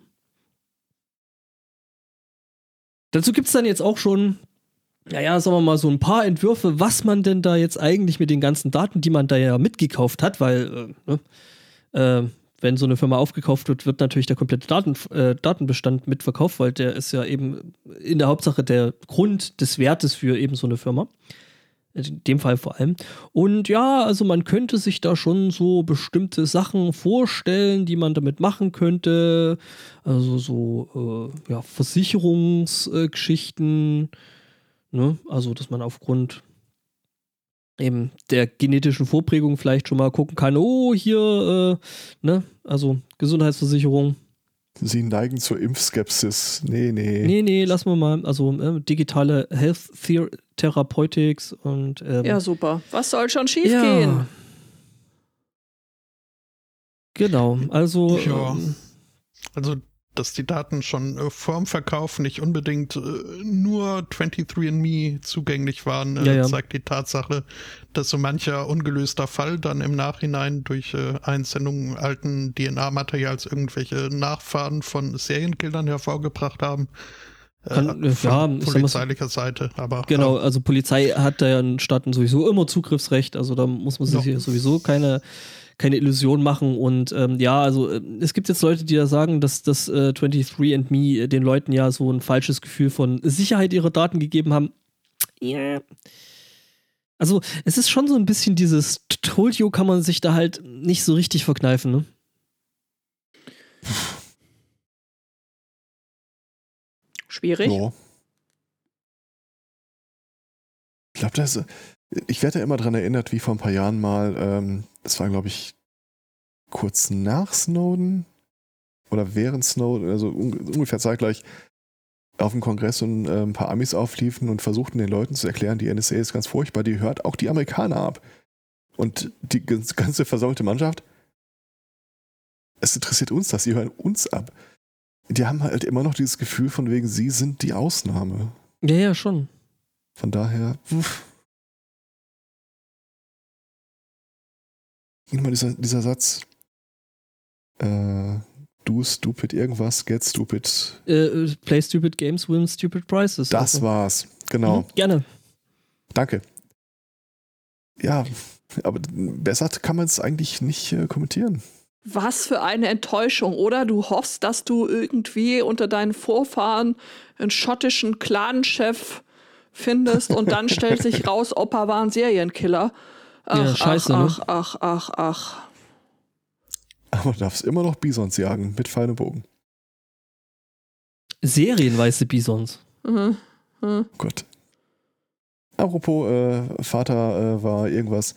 Dazu gibt es dann jetzt auch schon, naja, sagen wir mal, so ein paar Entwürfe, was man denn da jetzt eigentlich mit den ganzen Daten, die man da ja mitgekauft hat, weil, äh, ne, äh, wenn so eine Firma aufgekauft wird, wird natürlich der komplette Daten, äh, Datenbestand mitverkauft, weil der ist ja eben in der Hauptsache der Grund des Wertes für eben so eine Firma. In dem Fall vor allem. Und ja, also man könnte sich da schon so bestimmte Sachen vorstellen, die man damit machen könnte. Also so, äh, ja, Versicherungsgeschichten. Äh, ne? Also, dass man aufgrund eben der genetischen Vorprägung vielleicht schon mal gucken kann, oh, hier, äh, ne? Also Gesundheitsversicherung. Sie neigen zur Impfskepsis. Nee, nee. Nee, nee, lassen wir mal. Also äh, digitale Health Thera- Therapeutics und ähm, Ja, super. Was soll schon schief ja. gehen? Genau, also Ja. ähm, Also, dass die Daten schon äh, vorm Verkauf nicht unbedingt äh, nur twenty-three and me zugänglich waren, äh, Ja, ja. zeigt die Tatsache, dass so mancher ungelöster Fall dann im Nachhinein durch äh, Einsendungen alten D N A-Materials irgendwelche Nachfahren von Serienkillern hervorgebracht haben. Äh, Kann- von ja, ich sag mal so- polizeilicher Seite, aber genau, äh, also Polizei hat da ja in Staaten sowieso immer Zugriffsrecht, also da muss man sich Ja. hier sowieso keine, keine Illusion machen und ähm, ja, also äh, es gibt jetzt Leute, die da sagen, dass das äh, twenty-three and me äh, den Leuten ja so ein falsches Gefühl von Sicherheit ihrer Daten gegeben haben. Ja. Also es ist schon so ein bisschen dieses Told you kann man sich da halt nicht so richtig verkneifen, ne? Schwierig. Ja. Ich glaube, das ist, ich werde ja immer daran erinnert, wie vor ein paar Jahren mal, ähm, das war, glaube ich, kurz nach Snowden oder während Snowden, also un ungefähr zeitgleich, auf dem Kongress und äh, ein paar Amis aufliefen und versuchten den Leuten zu erklären, die N S A ist ganz furchtbar, die hört auch die Amerikaner ab. Und die ganz- ganze versammelte Mannschaft, es interessiert uns das, sie hören uns ab. Die haben halt immer noch dieses Gefühl von wegen, sie sind die Ausnahme. Ja, ja, schon. Von daher, uff. Immer dieser, dieser Satz, äh, do stupid irgendwas, get stupid. Äh, play stupid games, win stupid prizes. Das also. war's, genau. Mhm, gerne. Danke. Ja, aber besser kann man es eigentlich nicht äh, kommentieren. Was für eine Enttäuschung, oder? Du hoffst, dass du irgendwie unter deinen Vorfahren einen schottischen Clanchef findest und dann stellt sich raus, Opa war ein Serienkiller. Ach, Ja, scheiße, ach, ne? ach, ach, ach, ach. Aber du darfst immer noch Bisons jagen mit Pfeil und Bogen. Serienweise Bisons. Mhm. Mhm. Oh Gott. Apropos, äh, Vater äh, war irgendwas.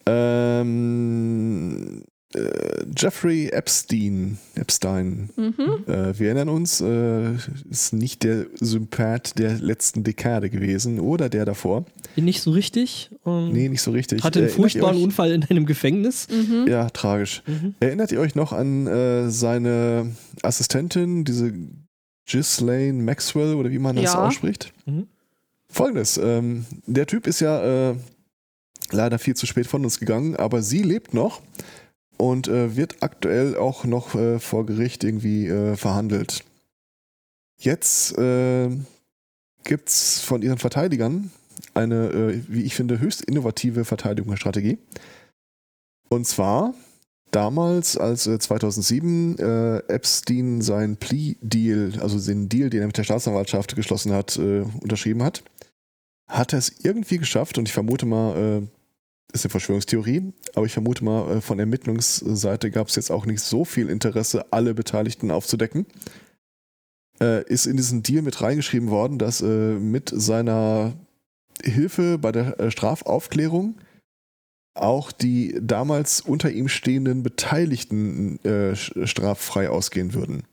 Ähm, äh, Jeffrey Epstein. Epstein. Mhm. Äh, wir erinnern uns, äh, ist nicht der Sympath der letzten Dekade gewesen oder der davor. Nicht so richtig. Ähm, Nee, nicht so richtig. Hatte einen Erinnert ihr furchtbaren euch- Unfall in einem Gefängnis. Mhm. Ja, tragisch. Mhm. Erinnert ihr euch noch an äh, seine Assistentin, diese Ghislaine Maxwell oder wie man das Ja. ausspricht? Mhm. Folgendes, ähm, der Typ ist ja äh, leider viel zu spät von uns gegangen, aber sie lebt noch und äh, wird aktuell auch noch äh, vor Gericht irgendwie äh, verhandelt. Jetzt äh, gibt es von ihren Verteidigern eine, äh, wie ich finde, höchst innovative Verteidigungsstrategie. Und zwar damals, als äh, zweitausendsieben äh, Epstein seinen Plea-Deal, also den Deal, den er mit der Staatsanwaltschaft geschlossen hat, äh, unterschrieben hat, hat er es irgendwie geschafft, und ich vermute mal, äh, ist eine Verschwörungstheorie, aber ich vermute mal, äh, von Ermittlungsseite gab es jetzt auch nicht so viel Interesse, alle Beteiligten aufzudecken. Äh, ist in diesen Deal mit reingeschrieben worden, dass äh, mit seiner Hilfe bei der äh, Strafaufklärung auch die damals unter ihm stehenden Beteiligten äh, straffrei ausgehen würden.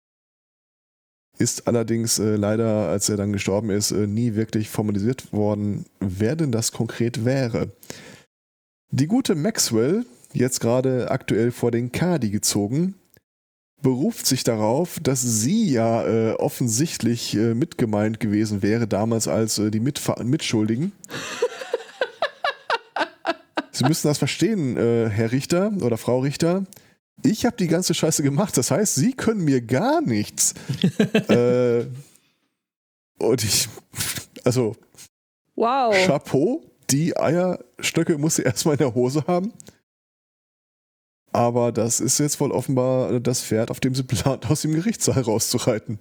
Ist allerdings äh, leider, als er dann gestorben ist, äh, nie wirklich formalisiert worden, wer denn das konkret wäre. Die gute Maxwell, jetzt gerade aktuell vor den Kadi gezogen, beruft sich darauf, dass sie ja äh, offensichtlich äh, mitgemeint gewesen wäre, damals als äh, die Mitfa- Mitschuldigen. Sie müssen das verstehen, äh, Herr Richter oder Frau Richter. Ich habe die ganze Scheiße gemacht, das heißt, Sie können mir gar nichts. äh, und ich, also, wow. Chapeau, die Eierstöcke muss sie erstmal in der Hose haben. Aber das ist jetzt wohl offenbar das Pferd, auf dem sie plant, aus dem Gerichtssaal rauszureiten.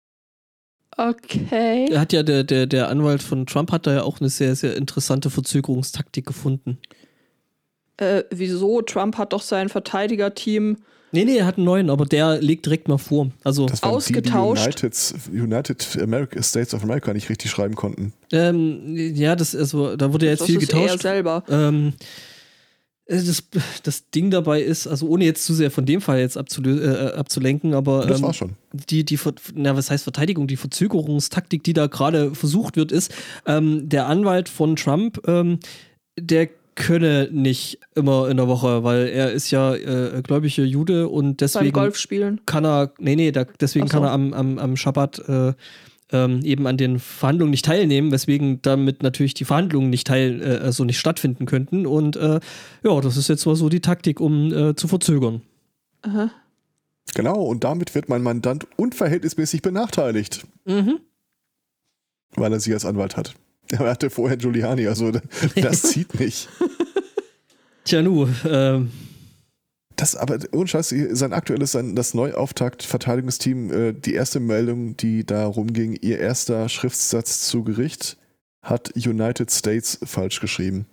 Okay. Er hat ja, der, der, der Anwalt von Trump hat da ja auch eine sehr, sehr interessante Verzögerungstaktik gefunden. Äh, wieso? Trump hat doch sein Verteidigerteam Nee, nee, er hat einen neuen, aber der legt direkt mal vor. Also das waren ausgetauscht. Die, die United, United America, States of America nicht richtig schreiben konnten. Ähm, ja, das, also, da wurde ja jetzt das viel ist getauscht. Er selber. Ähm, das, das Ding dabei ist, also ohne jetzt zu sehr von dem Fall jetzt abzulö- äh, abzulenken, aber Das ähm, war schon. die, die, na, was heißt Verteidigung, die Verzögerungstaktik, die da gerade versucht wird, ist, ähm, der Anwalt von Trump, ähm, der könne nicht immer in der Woche, weil er ist ja äh, gläubiger Jude und deswegen Beim Golfspielen. kann er, nee, nee, da, deswegen Ach so. kann er am, am, am Schabbat äh, ähm, eben an den Verhandlungen nicht teilnehmen, weswegen damit natürlich die Verhandlungen nicht teil, äh, also nicht stattfinden könnten. Und äh, ja, das ist jetzt mal so die Taktik, um äh, zu verzögern. Aha. Genau, und damit wird mein Mandant unverhältnismäßig benachteiligt, Mhm. weil er sie als Anwalt hat. Er hatte vorher Giuliani, also das zieht nicht. Tja, nu, ähm. Das aber, ohne Scheiß, sein aktuelles, sein, das Neuauftakt-Verteidigungsteam, äh, die erste Meldung, die da rumging, ihr erster Schriftsatz zu Gericht, hat United States falsch geschrieben.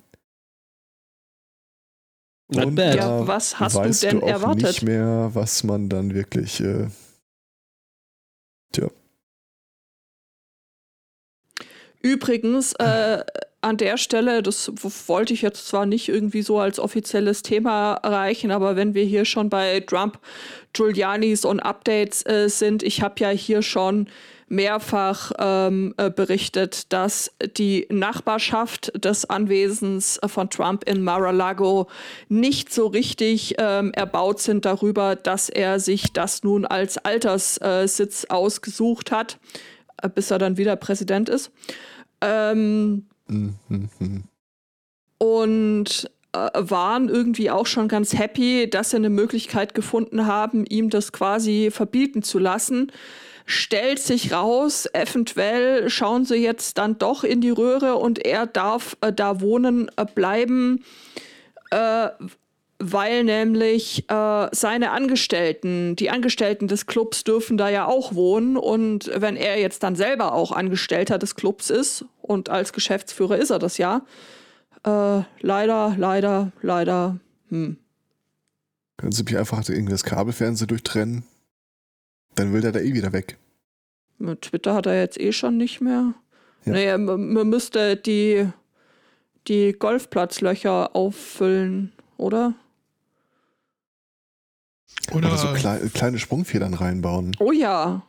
Not Und bad. da Ja, was hast weißt du denn du auch erwartet? nicht mehr, was man dann wirklich, äh, tja. Übrigens, äh, an der Stelle, das w- wollte ich jetzt zwar nicht irgendwie so als offizielles Thema erreichen, aber wenn wir hier schon bei Trump, Giulianis und Updates äh, sind, ich habe ja hier schon mehrfach ähm, äh, berichtet, dass die Nachbarschaft des Anwesens von Trump in Mar-a-Lago nicht so richtig ähm, erbaut sind darüber, dass er sich das nun als Alterssitz ausgesucht hat, äh, bis er dann wieder Präsident ist. Ähm, Mhm. und äh, waren irgendwie auch schon ganz happy, dass sie eine Möglichkeit gefunden haben, ihm das quasi verbieten zu lassen. Stellt sich raus, eventuell schauen sie jetzt dann doch in die Röhre und er darf äh, da wohnen äh, bleiben, äh, weil nämlich äh, seine Angestellten, die Angestellten des Clubs dürfen da ja auch wohnen, und wenn er jetzt dann selber auch Angestellter des Clubs ist, und als Geschäftsführer ist er das ja, äh, leider, leider, leider, hm. Können Sie mich einfach irgendwie das Kabelfernsehen durchtrennen? Dann will der da eh wieder weg. Mit Twitter hat er jetzt eh schon nicht mehr. Ja. Naja, man, man müsste die, die Golfplatzlöcher auffüllen, oder? Oder, Oder so klei- kleine Sprungfedern reinbauen. Oh ja.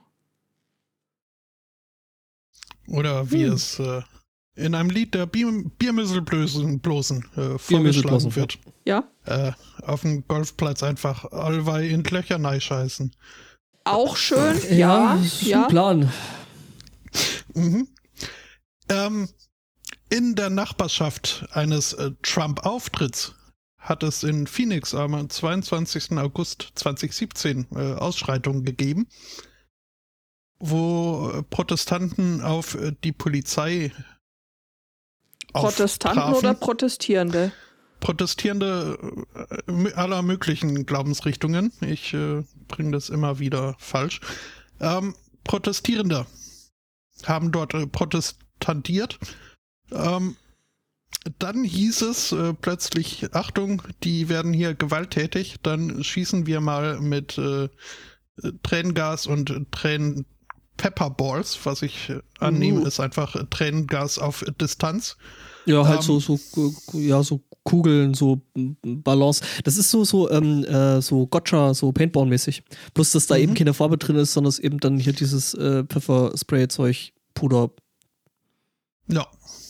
oder wie Hm. es äh, in einem Lied der Bier, Biermüsselblosen Blosen, äh, Biermüsselblosen, vorgeschlagen wird. Ja. Äh, auf dem Golfplatz einfach allweil in die Löcher scheißen. Auch schön, ja, das ist ja. ein Plan. Mhm. Ähm, in der Nachbarschaft eines äh, Trump-Auftritts hat es in Phoenix am zweiundzwanzigsten August zweitausendsiebzehn äh, Ausschreitungen gegeben, wo Protestanten auf die Polizei Protestanten auftrafen. oder Protestierende? Protestierende äh, aller möglichen Glaubensrichtungen. Ich äh, bringe das immer wieder falsch. Ähm, Protestierende haben dort äh, protestantiert. Ähm, dann hieß es äh, plötzlich, Achtung, die werden hier gewalttätig, dann schießen wir mal mit äh, Tränengas und Tränen Pepperballs, was ich äh, annehme, Uh. ist einfach Tränengas auf Distanz. Ja, halt Ähm, so, so, ja, so Kugeln, so Ballons. Das ist so, so, ähm, äh, so Gotcha, so Paintball-mäßig. Bloß, dass da Mhm. eben keine Farbe drin ist, sondern es eben dann hier dieses äh, Pfefferspray-Zeug, Puder. Ja.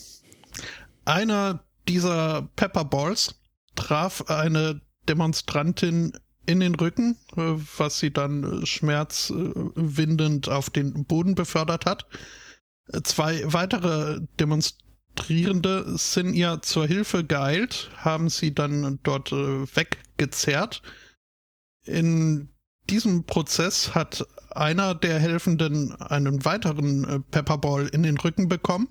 Einer dieser Pepperballs traf eine Demonstrantin in den Rücken, äh, was sie dann äh, schmerzwindend auf den Boden befördert hat. Äh, Zwei weitere Demonstrierende sind ihr zur Hilfe geeilt, haben sie dann dort äh, weggezerrt. In diesem Prozess hat einer der Helfenden einen weiteren äh, Pepperball in den Rücken bekommen,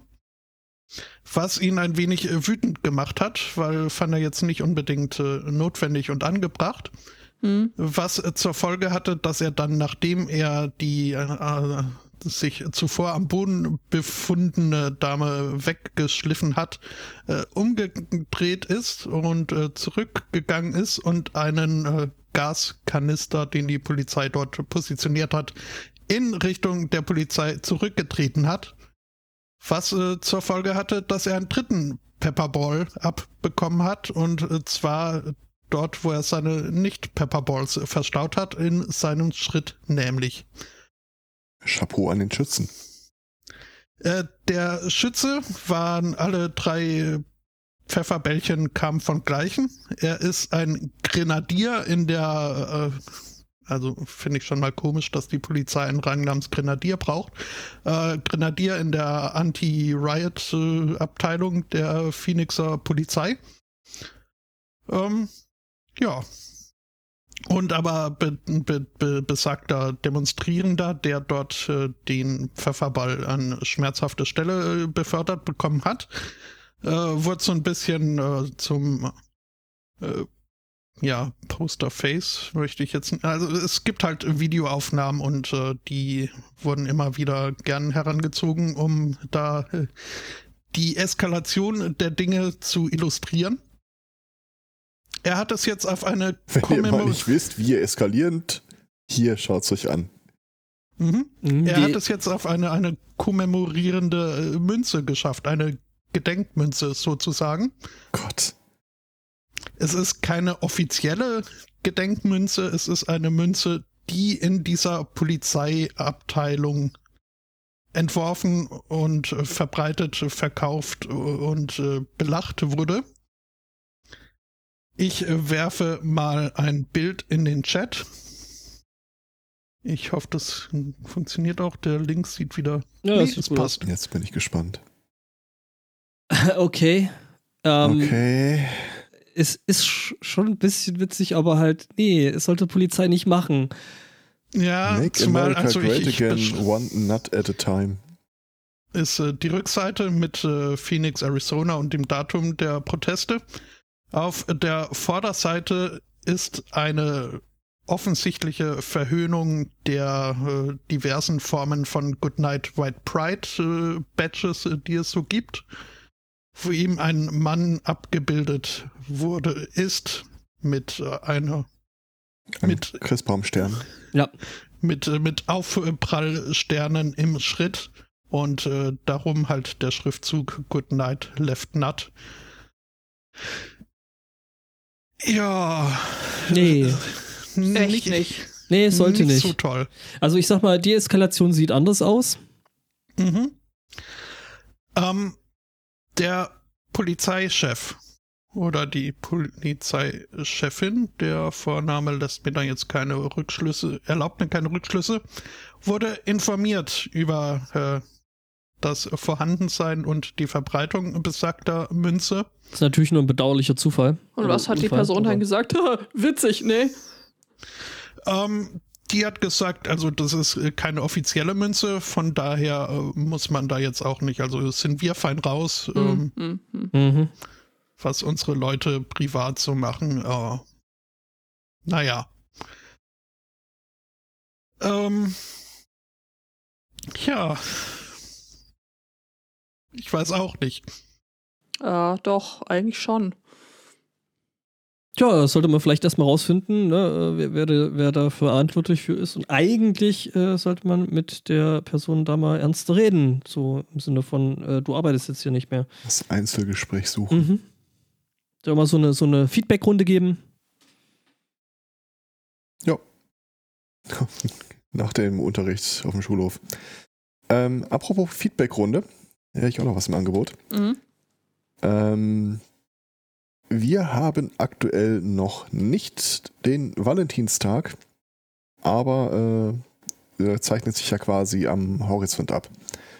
was ihn ein wenig äh, wütend gemacht hat, weil fand er jetzt nicht unbedingt äh, notwendig und angebracht. Hm. Was äh, zur Folge hatte, dass er dann, nachdem er die äh, äh, sich zuvor am Boden befundene Dame weggeschliffen hat, äh, umgedreht ist und äh, zurückgegangen ist und einen äh, Gaskanister, den die Polizei dort positioniert hat, in Richtung der Polizei zurückgetreten hat. Was äh, zur Folge hatte, dass er einen dritten Pepperball abbekommen hat, und äh, zwar dort, wo er seine Nicht-Pepperballs verstaut hat, in seinem Schritt nämlich. Chapeau an den Schützen. Äh, der Schütze waren alle drei Pfefferbällchen kamen von gleichen. Er ist ein Grenadier in der, äh, also finde ich schon mal komisch, dass die Polizei einen Rang namens Grenadier braucht. Äh, Grenadier in der Anti-Riot-Abteilung der Phoenixer Polizei. Ähm, ja. Und aber be, be, be, besagter Demonstrierender, der dort äh, den Pfefferball an schmerzhafte Stelle äh, befördert bekommen hat, äh, wurde so ein bisschen äh, zum äh, ja, Posterface, möchte ich jetzt. Also es gibt halt Videoaufnahmen und äh, die wurden immer wieder gern herangezogen, um da äh, die Eskalation der Dinge zu illustrieren. Er hat es jetzt auf eine Wenn ihr mal nicht wisst, wie ihr eskalierend, hier schaut's euch an. Mhm. Mhm, Er die- hat es jetzt auf eine, eine kommemorierende äh, Münze geschafft, eine Gedenkmünze sozusagen. Gott. Es ist keine offizielle Gedenkmünze, es ist eine Münze, die in dieser Polizeiabteilung entworfen und äh, verbreitet, verkauft und äh, belacht wurde. Ich äh, werfe mal ein Bild in den Chat. Ich hoffe, das funktioniert auch. Der Link sieht wieder. Ja, nee, das sieht es gut aus. passt. Jetzt bin ich gespannt. Okay. Ähm, Okay. Es ist sch- schon ein bisschen witzig, aber halt, nee, es sollte Polizei nicht machen. Ja, Make zumal, America also great ich, ich again, besch- one nut at a time. ist äh, die Rückseite mit äh, Phoenix, Arizona und dem Datum der Proteste. Auf der Vorderseite ist eine offensichtliche Verhöhnung der äh, diversen Formen von Goodnight White Pride äh, Badges, äh, die es so gibt, wo ihm ein Mann abgebildet wurde, ist mit äh, einer Ein mit Christbaumstern. Ja. mit, äh, mit Aufprallsternen im Schritt und äh, darum halt der Schriftzug Good Night Left Nut. Ja. Nee. Echt nicht. Nee, es sollte nicht. so toll. Also ich sag mal, die Eskalation sieht anders aus. Mhm. Ähm, der Polizeichef oder die Polizeichefin, der Vorname lässt mir da jetzt keine Rückschlüsse, erlaubt mir keine Rückschlüsse, wurde informiert über äh, das Vorhandensein und die Verbreitung besagter Münze. Das ist natürlich nur ein bedauerlicher Zufall. Und was hat die Unfall, Person dann aber- gesagt? Witzig, ne? Ähm, die hat gesagt, also das ist äh, keine offizielle Münze, von daher äh, muss man da jetzt auch nicht, also sind wir fein raus, ähm, Hm, hm, hm. Mhm. was unsere Leute privat so machen. Äh, naja. Ähm, ja. Ich weiß auch nicht. Ja, doch, eigentlich schon. Tja, das sollte man vielleicht erstmal rausfinden, ne, wer, wer, da- wer da verantwortlich für ist. Und eigentlich äh, sollte man mit der Person da mal ernst reden. So im Sinne von, äh, du arbeitest jetzt hier nicht mehr. Das Einzelgespräch suchen. Mhm. Da mal so eine, so eine Feedback-Runde geben. Ja. Nach dem Unterricht auf dem Schulhof. Ähm, apropos Feedback-Runde. Ja, ich auch noch was im Angebot. Mhm. Ähm, wir haben aktuell noch nicht den Valentinstag, aber äh, er zeichnet sich ja quasi am Horizont ab.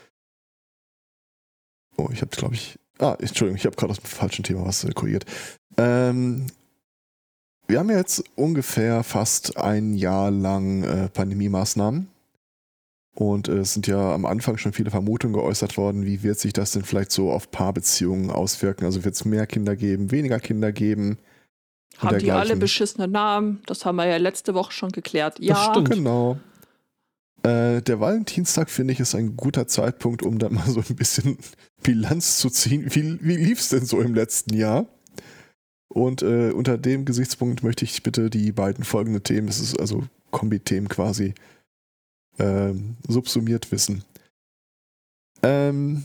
Oh, ich habe, glaube ich. Ah, Entschuldigung, ich habe gerade aus dem falschen Thema was äh, korrigiert. Ähm, wir haben ja jetzt ungefähr fast ein Jahr lang äh, Pandemie-Maßnahmen. Und äh, es sind ja am Anfang schon viele Vermutungen geäußert worden, wie wird sich das denn vielleicht so auf Paarbeziehungen auswirken? Also wird es mehr Kinder geben, weniger Kinder geben? und Haben die alle dergleichen. beschissene Namen? Das haben wir ja letzte Woche schon geklärt. Ja, stimmt. Genau. Äh, der Valentinstag, finde ich, ist ein guter Zeitpunkt, um da mal so ein bisschen Bilanz zu ziehen. Wie, wie lief es denn so im letzten Jahr? Und äh, unter dem Gesichtspunkt möchte ich bitte die beiden folgenden Themen, das ist also Kombi-Themen quasi, ähm, subsumiert wissen. Ähm,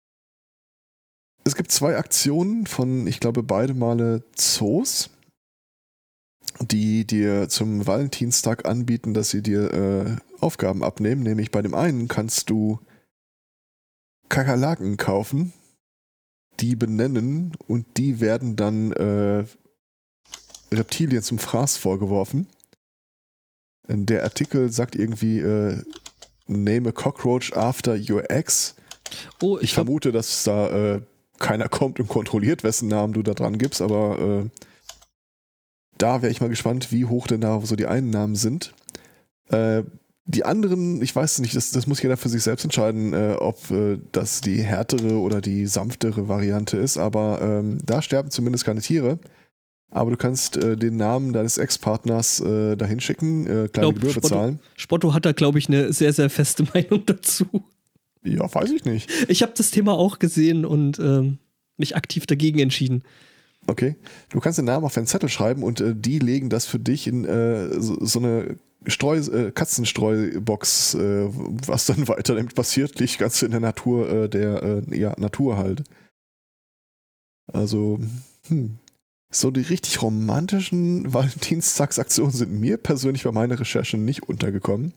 es gibt zwei Aktionen von, ich glaube, beide Male Zoos, die dir zum Valentinstag anbieten, dass sie dir äh, Aufgaben abnehmen. Nämlich bei dem einen kannst du Kakerlaken kaufen, die benennen und die werden dann äh, Reptilien zum Fraß vorgeworfen. Der Artikel sagt irgendwie äh, Name a cockroach after your ex. Oh, Ich ich hab, vermute, dass da äh, keiner kommt und kontrolliert, wessen Namen du da dran gibst, aber äh, da wäre ich mal gespannt, wie hoch denn da so die Einnahmen sind. Äh, die anderen, ich weiß nicht, das, das muss jeder für sich selbst entscheiden, äh, ob äh, das die härtere oder die sanftere Variante ist, aber ähm, da sterben zumindest keine Tiere. Aber du kannst äh, den Namen deines Ex-Partners äh, dahin schicken, äh, kleine Glaub, Gebühr Spotto- bezahlen. Spotto hat da, glaube ich, eine sehr, sehr feste Meinung dazu. Ja, weiß ich nicht. Ich habe das Thema auch gesehen und ähm, mich aktiv dagegen entschieden. Okay. Du kannst den Namen auf einen Zettel schreiben und äh, die legen das für dich in äh, so, so eine Streu, äh, Katzenstreubox, äh, was dann weiter damit passiert, liegt ganz in der Natur äh, der äh, ja, Natur halt. Also, hm. So die richtig romantischen Valentinstagsaktionen sind mir persönlich bei meiner Recherche nicht untergekommen.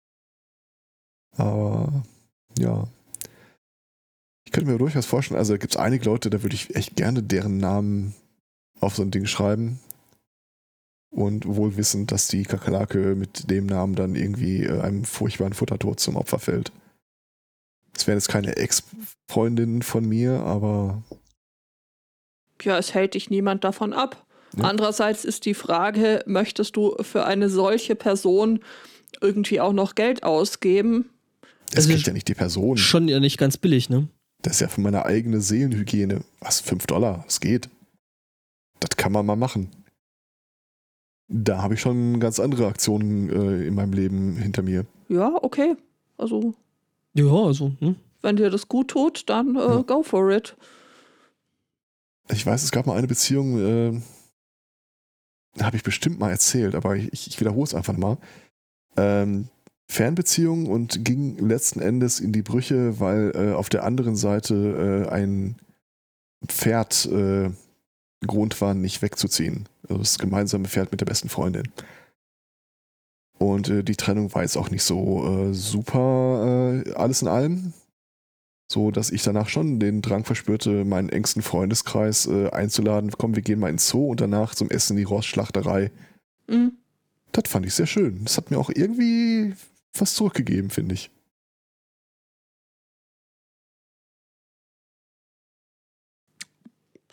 Aber ja. Ich könnte mir durchaus vorstellen, also da gibt es einige Leute, da würde ich echt gerne deren Namen auf so ein Ding schreiben. Und wohl wissend, dass die Kakerlake mit dem Namen dann irgendwie äh, einem furchtbaren Futtertod zum Opfer fällt. Das wären jetzt keine Ex-Freundinnen von mir, aber ja, es hält dich niemand davon ab. Ja. Andererseits ist die Frage, möchtest du für eine solche Person irgendwie auch noch Geld ausgeben? das Also kriegt ja nicht die Person. Schon ja nicht ganz billig, ne? Das ist ja für meine eigene Seelenhygiene. Was, fünf Dollar? Das geht. Das kann man mal machen. Da habe ich schon ganz andere Aktionen äh, in meinem Leben hinter mir. Ja, okay. Also, Ja, also, hm? wenn dir das gut tut, dann äh, Ja. go for it. Ich weiß, es gab mal eine Beziehung, äh, da habe ich bestimmt mal erzählt, aber ich, ich wiederhole es einfach mal. Ähm, Fernbeziehung und ging letzten Endes in die Brüche, weil äh, auf der anderen Seite äh, ein Pferd äh, Grund war, nicht wegzuziehen. Also das gemeinsame Pferd mit der besten Freundin. Und äh, die Trennung war jetzt auch nicht so äh, super äh, alles in allem. So, dass ich danach schon den Drang verspürte, meinen engsten Freundeskreis äh, einzuladen. Komm, wir gehen mal ins Zoo und danach zum Essen in die Rostschlachterei. Mhm. Das fand ich sehr schön. Das hat mir auch irgendwie was zurückgegeben, finde ich.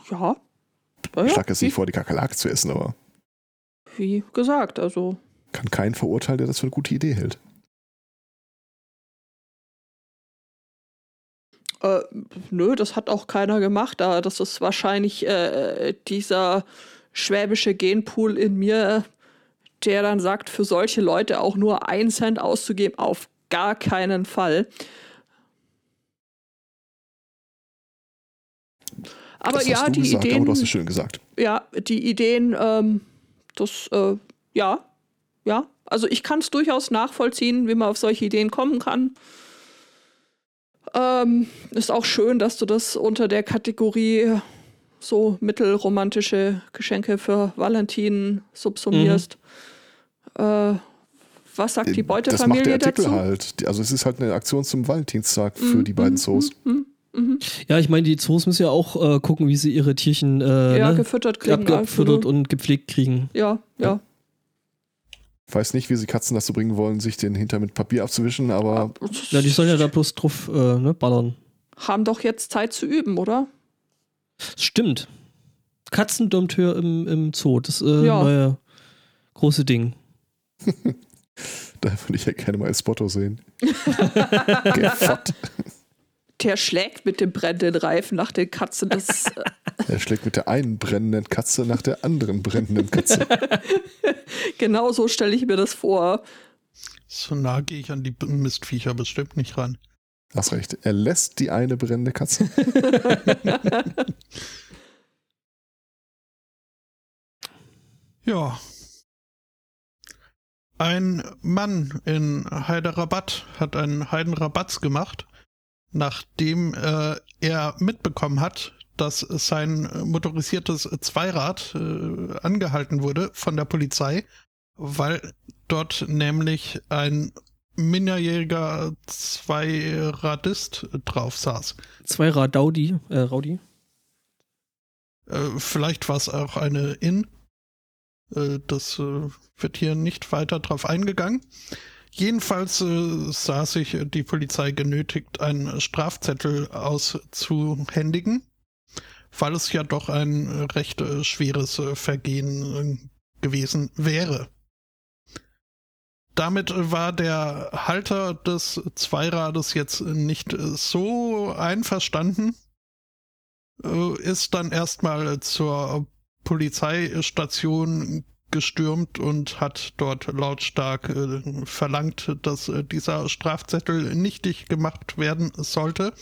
Ja. ja Ich schlage jetzt wie, nicht vor, die Kakerlake zu essen, aber wie gesagt, also. kann keinen verurteilen, der das für eine gute Idee hält. Äh, nö, das hat auch keiner gemacht. Da das ist wahrscheinlich äh, dieser schwäbische Genpool in mir, der dann sagt, für solche Leute auch nur einen Cent auszugeben, auf gar keinen Fall. Aber das ja, hast du die gesagt, Ideen. aber du hast es schön gesagt. Ja, die Ideen, ähm, das, äh, ja, ja. Also ich kann es durchaus nachvollziehen, wie man auf solche Ideen kommen kann. Ähm, ist auch schön, dass du das unter der Kategorie so mittelromantische Geschenke für Valentin subsumierst. Mhm. Äh, was sagt die Beutefamilie dazu? Das macht der Artikel halt. Also es ist halt eine Aktion zum Valentinstag für mhm, die beiden Zoos. Mhm, mhm. Ja, ich meine, die Zoos müssen ja auch äh, gucken, wie sie ihre Tierchen äh, ja, ne, gefüttert kriegen. gefüttert und gepflegt kriegen. Ja, ja. ja. Ich weiß nicht, wie sie Katzen dazu bringen wollen, sich den Hinter mit Papier abzuwischen, aber... Ja, die sollen ja da bloß drauf äh, ne, ballern. Haben doch jetzt Zeit zu üben, oder? Stimmt. Katzendompteur im, im Zoo, das äh, Ja. neue große Ding. Da würde ich ja gerne mal Espotto sehen. Okay, fort. Der schlägt mit dem brennenden Reifen nach den Katzen. Das, äh, Er schlägt mit der einen brennenden Katze nach der anderen brennenden Katze. genau so stelle ich mir das vor. So nah gehe ich an die Mistviecher bestimmt nicht ran. Hast recht. Er lässt die eine brennende Katze. Ja. Ein Mann in Hyderabad hat einen Heidenrabatz gemacht, nachdem äh, er mitbekommen hat, dass sein motorisiertes Zweirad äh, angehalten wurde von der Polizei, weil dort nämlich ein minderjähriger Zweiradist drauf saß. Zweirad Daudi, äh, Raudi. Äh, vielleicht war es auch eine In. Äh, das äh, wird hier nicht weiter drauf eingegangen. Jedenfalls äh, sah sich die Polizei genötigt, einen Strafzettel auszuhändigen, weil es ja doch ein recht äh, schweres äh, Vergehen äh, gewesen wäre. Damit war der Halter des Zweirades jetzt nicht so einverstanden, äh, ist dann erstmal zur Polizeistation gestürmt und hat dort lautstark äh, verlangt, dass äh, dieser Strafzettel nichtig gemacht werden sollte.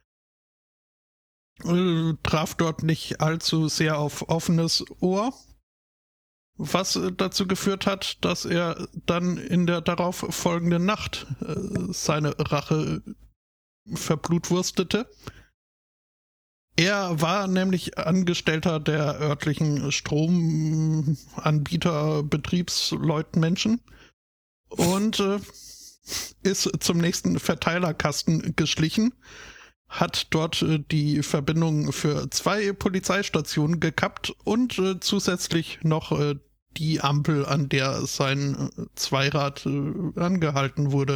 Äh, traf dort nicht allzu sehr auf offenes Ohr, was äh, dazu geführt hat, dass er dann in der darauf folgenden Nacht äh, seine Rache verblutwurstete. Er war nämlich Angestellter der örtlichen Stromanbieter, Betriebsleuten, Menschen und äh, ist zum nächsten Verteilerkasten geschlichen, hat dort äh, die Verbindung für zwei Polizeistationen gekappt und äh, zusätzlich noch äh, die Ampel, an der sein äh, Zweirad äh, angehalten wurde.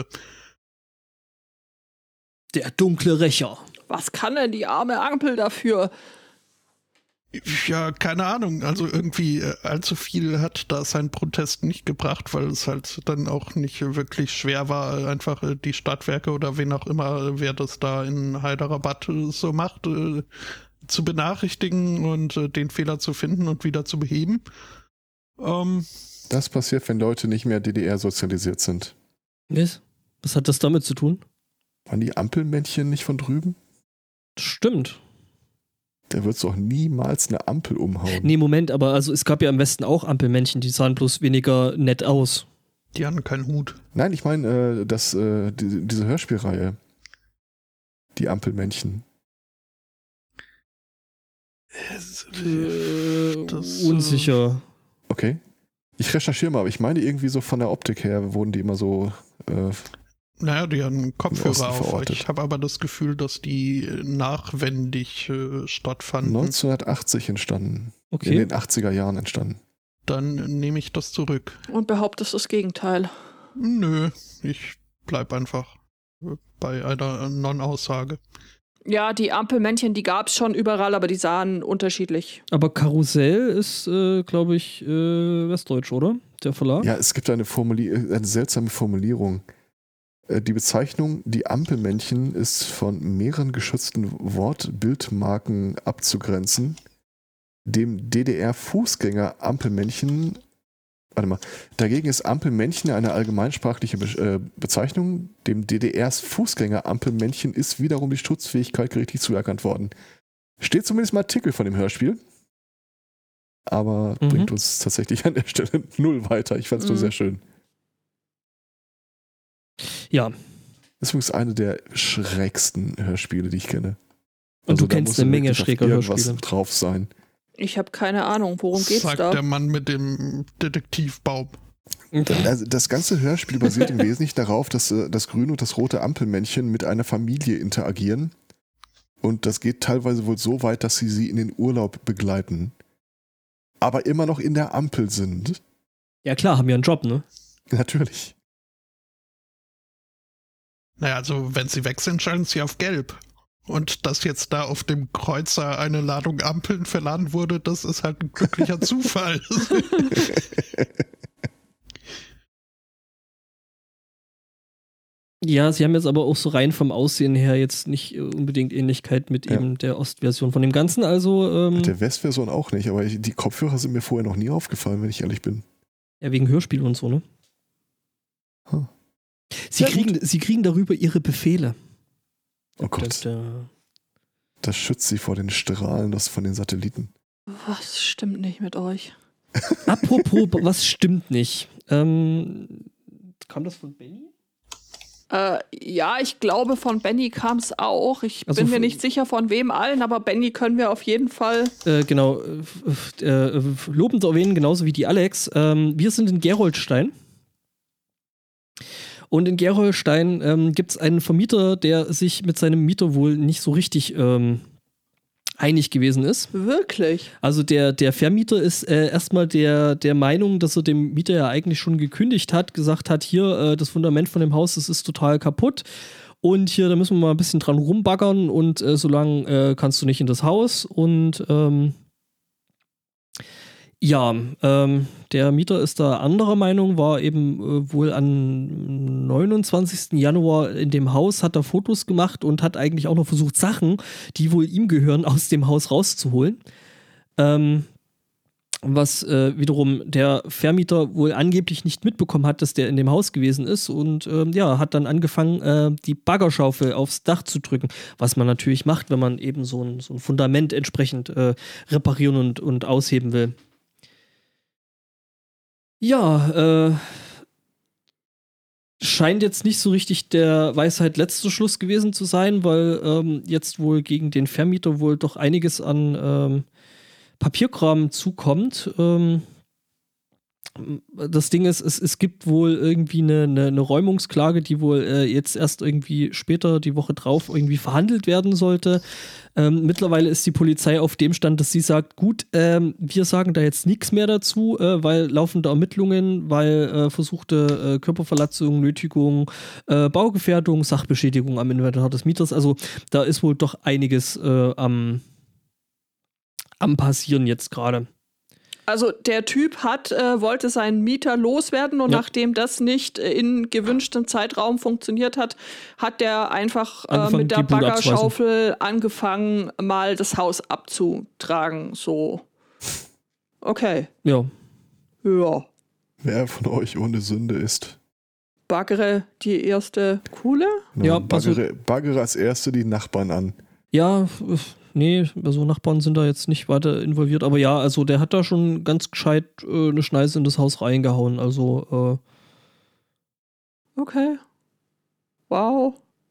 Der dunkle Rächer. Was kann denn die arme Ampel dafür? Ja, keine Ahnung. Also irgendwie äh, allzu viel hat da sein Protest nicht gebracht, weil es halt dann auch nicht wirklich schwer war, einfach äh, die Stadtwerke oder wen auch immer, wer das da in Hyderabad äh, so macht, äh, zu benachrichtigen und äh, den Fehler zu finden und wieder zu beheben. Ähm, Das passiert, wenn Leute nicht mehr D D R sozialisiert sind. Was? Was hat das damit zu tun? Waren die Ampelmännchen nicht von drüben? Stimmt. Der wird doch niemals eine Ampel umhauen. Nee, Moment, aber also es gab ja im Westen auch Ampelmännchen, die sahen bloß weniger nett aus. die hatten keinen Hut. Nein, ich meine, äh, das, äh, die, diese Hörspielreihe. Die Ampelmännchen. Äh, Das, unsicher. Okay. Ich recherchiere mal, aber ich meine irgendwie so von der Optik her wurden die immer so... Äh, Naja, die haben Osten Kopfhörer auf. verortet. Ich habe aber das Gefühl, dass die nachwendig äh, stattfanden. neunzehnhundertachtzig entstanden. Okay. In den achtziger Jahren entstanden. Dann nehme ich das zurück. Und behauptest das Gegenteil. Nö, ich bleib einfach bei einer Non-Aussage. Ja, die Ampelmännchen, die gab es schon überall, aber die sahen unterschiedlich. Aber Karussell ist, äh, glaube ich, äh, Westdeutsch, oder? Der Verlag? Ja, es gibt eine, Formuli- eine seltsame Formulierung. Äh, Die Bezeichnung die Ampelmännchen ist von mehreren geschützten Wortbildmarken abzugrenzen. Dem D D R-Fußgänger Ampelmännchen, warte mal, dagegen ist Ampelmännchen eine allgemeinsprachliche Be- äh, Bezeichnung. Dem D D Rs Fußgänger Ampelmännchen ist wiederum die Schutzfähigkeit gerichtlich zuerkannt worden. Steht zumindest im Artikel von dem Hörspiel, aber Mhm. bringt uns tatsächlich an der Stelle null weiter. Ich fand es nur Mhm. sehr schön. Ja. Das ist übrigens eine der schrägsten Hörspiele, die ich kenne. Und du da kennst muss eine Menge wirklich auf schräger irgendwas Hörspiele. drauf sein. Ich habe keine Ahnung, worum geht's Sagt da? der Mann mit dem Detektivbaum. Also das ganze Hörspiel basiert im Wesentlichen darauf, dass äh, das grüne und das rote Ampelmännchen mit einer Familie interagieren. Und das geht teilweise wohl so weit, dass sie sie in den Urlaub begleiten. Aber immer noch in der Ampel sind. Ja klar, haben ja einen Job, ne? Natürlich. Naja, also wenn sie weg sind, schalten sie auf gelb. Und dass jetzt da auf dem Kreuzer eine Ladung Ampeln verladen wurde, das ist halt ein glücklicher Zufall. Ja, sie haben jetzt aber auch so rein vom Aussehen her jetzt nicht äh, unbedingt Ähnlichkeit mit Ja. eben der Ostversion von dem Ganzen. Also, ähm, Mit der Westversion auch nicht, aber ich, die Kopfhörer sind mir vorher noch nie aufgefallen, wenn ich ehrlich bin. ja, wegen Hörspiel und so, ne? Huh. Sie Sehr kriegen, sie kriegen darüber ihre Befehle. Oh Gott, Da, da. das schützt sie vor den Strahlen das von den Satelliten. Was stimmt nicht mit euch? Apropos, was stimmt nicht? Ähm, kam das von Benny? Äh, ja, ich glaube, von Benny kam es auch. Ich Also bin mir von- nicht sicher, von wem allen, aber Benny können wir auf jeden Fall. Äh, genau, äh, f- äh, lobend erwähnen, genauso wie die Alex. Ähm, wir sind in Gerolstein. Und in Gerolstein ähm, gibt es einen Vermieter, der sich mit seinem Mieter wohl nicht so richtig ähm, einig gewesen ist. Wirklich? Also der, der Vermieter ist äh, erstmal der, der Meinung, dass er dem Mieter ja eigentlich schon gekündigt hat, gesagt hat, hier, äh, das Fundament von dem Haus, das ist total kaputt. Und hier, da müssen wir mal ein bisschen dran rumbaggern und äh, so lange äh, kannst du nicht in das Haus. Und ähm, ja, ähm, der Mieter ist da anderer Meinung, war eben äh, wohl am neunundzwanzigsten Januar in dem Haus, hat da Fotos gemacht und hat eigentlich auch noch versucht, Sachen, die wohl ihm gehören, aus dem Haus rauszuholen. Ähm, was äh, wiederum der Vermieter wohl angeblich nicht mitbekommen hat, dass der in dem Haus gewesen ist und ähm, ja, hat dann angefangen, äh, die Baggerschaufel aufs Dach zu drücken, was man natürlich macht, wenn man eben so ein, so ein Fundament entsprechend äh, reparieren und, und ausheben will. Ja, äh, scheint jetzt nicht so richtig der Weisheit letzter Schluss gewesen zu sein, weil ähm, jetzt wohl gegen den Vermieter wohl doch einiges an ähm, Papierkram zukommt. Ähm, das Ding ist, es, es gibt wohl irgendwie eine, eine, eine Räumungsklage, die wohl äh, jetzt erst irgendwie später die Woche drauf irgendwie verhandelt werden sollte. Ähm, mittlerweile ist die Polizei auf dem Stand, dass sie sagt, gut, ähm, wir sagen da jetzt nichts mehr dazu, äh, weil laufende Ermittlungen, weil äh, versuchte äh, Körperverletzung, Nötigung, äh, Baugefährdung, Sachbeschädigung am Inventar des Mieters. Also da ist wohl doch einiges äh, am, am passieren jetzt gerade. Also der Typ hat, äh, wollte seinen Mieter loswerden und Ja. nachdem das nicht äh, in gewünschtem Zeitraum funktioniert hat, hat der einfach äh, Angefangen, mit der die Bude Baggerschaufel angefangen, mal das Haus abzutragen. So. Okay. Ja. Ja. Wer von euch ohne Sünde ist? Baggere die erste Kuhle? Ja, also- baggere, baggere als Erste die Nachbarn an. Ja, äh, nee, also Nachbarn sind da jetzt nicht weiter involviert, aber ja, also der hat da schon ganz gescheit äh, eine Schneise in das Haus reingehauen, also äh, Okay. Wow.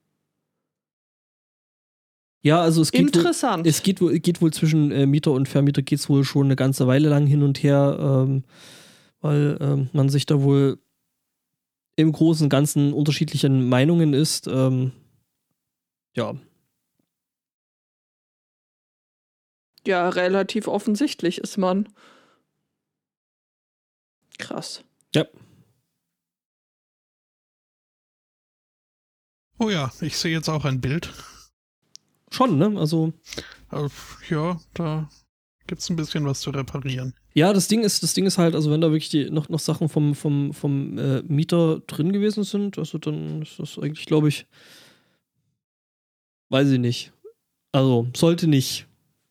ja, also es geht wohl, Interessant. es geht wohl, geht wohl zwischen äh, Mieter und Vermieter geht's wohl schon eine ganze Weile lang hin und her, ähm, weil ähm, man sich da wohl im Großen und Ganzen unterschiedlichen Meinungen ist, ähm, ja. Ja, relativ offensichtlich ist man. Krass. Ja. Oh ja, ich sehe jetzt auch ein Bild. schon, ne? Also. Äh, ja, da gibt es ein bisschen was zu reparieren. Ja, das Ding ist, das Ding ist halt, also wenn da wirklich die, noch, noch Sachen vom, vom, vom äh, Mieter drin gewesen sind, also dann ist das eigentlich, glaube ich, weiß ich nicht. Also, sollte nicht.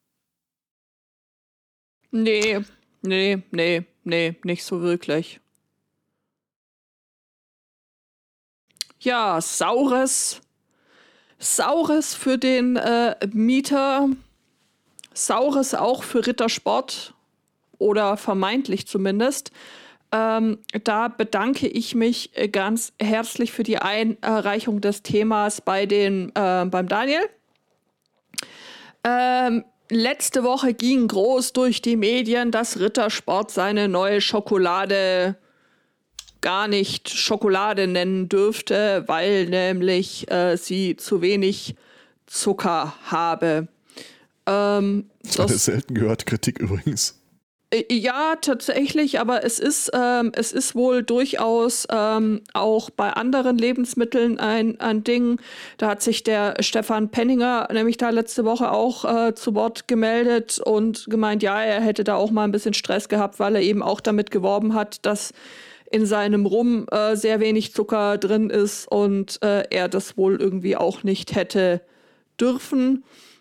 Nee, nee, nee, nee, nicht so wirklich. Ja, saures, saures für den äh, Mieter, saures auch für Rittersport oder vermeintlich zumindest. Ähm, da bedanke ich mich ganz herzlich für die Einreichung des Themas bei den, äh, beim Daniel. Ähm, letzte Woche ging groß durch die Medien, dass Rittersport seine neue Schokolade gar nicht Schokolade nennen dürfte, weil nämlich äh, sie zu wenig Zucker habe. Ähm, das war eine selten gehörte Kritik übrigens. Ja, tatsächlich, aber es ist, ähm, es ist wohl durchaus ähm, auch bei anderen Lebensmitteln ein, ein Ding. Da hat sich der Stefan Penninger nämlich da letzte Woche auch äh, zu Wort gemeldet und gemeint, ja, er hätte da auch mal ein bisschen Stress gehabt, weil er eben auch damit geworben hat, dass in seinem Rum äh, sehr wenig Zucker drin ist und äh, er das wohl irgendwie auch nicht hätte dürfen.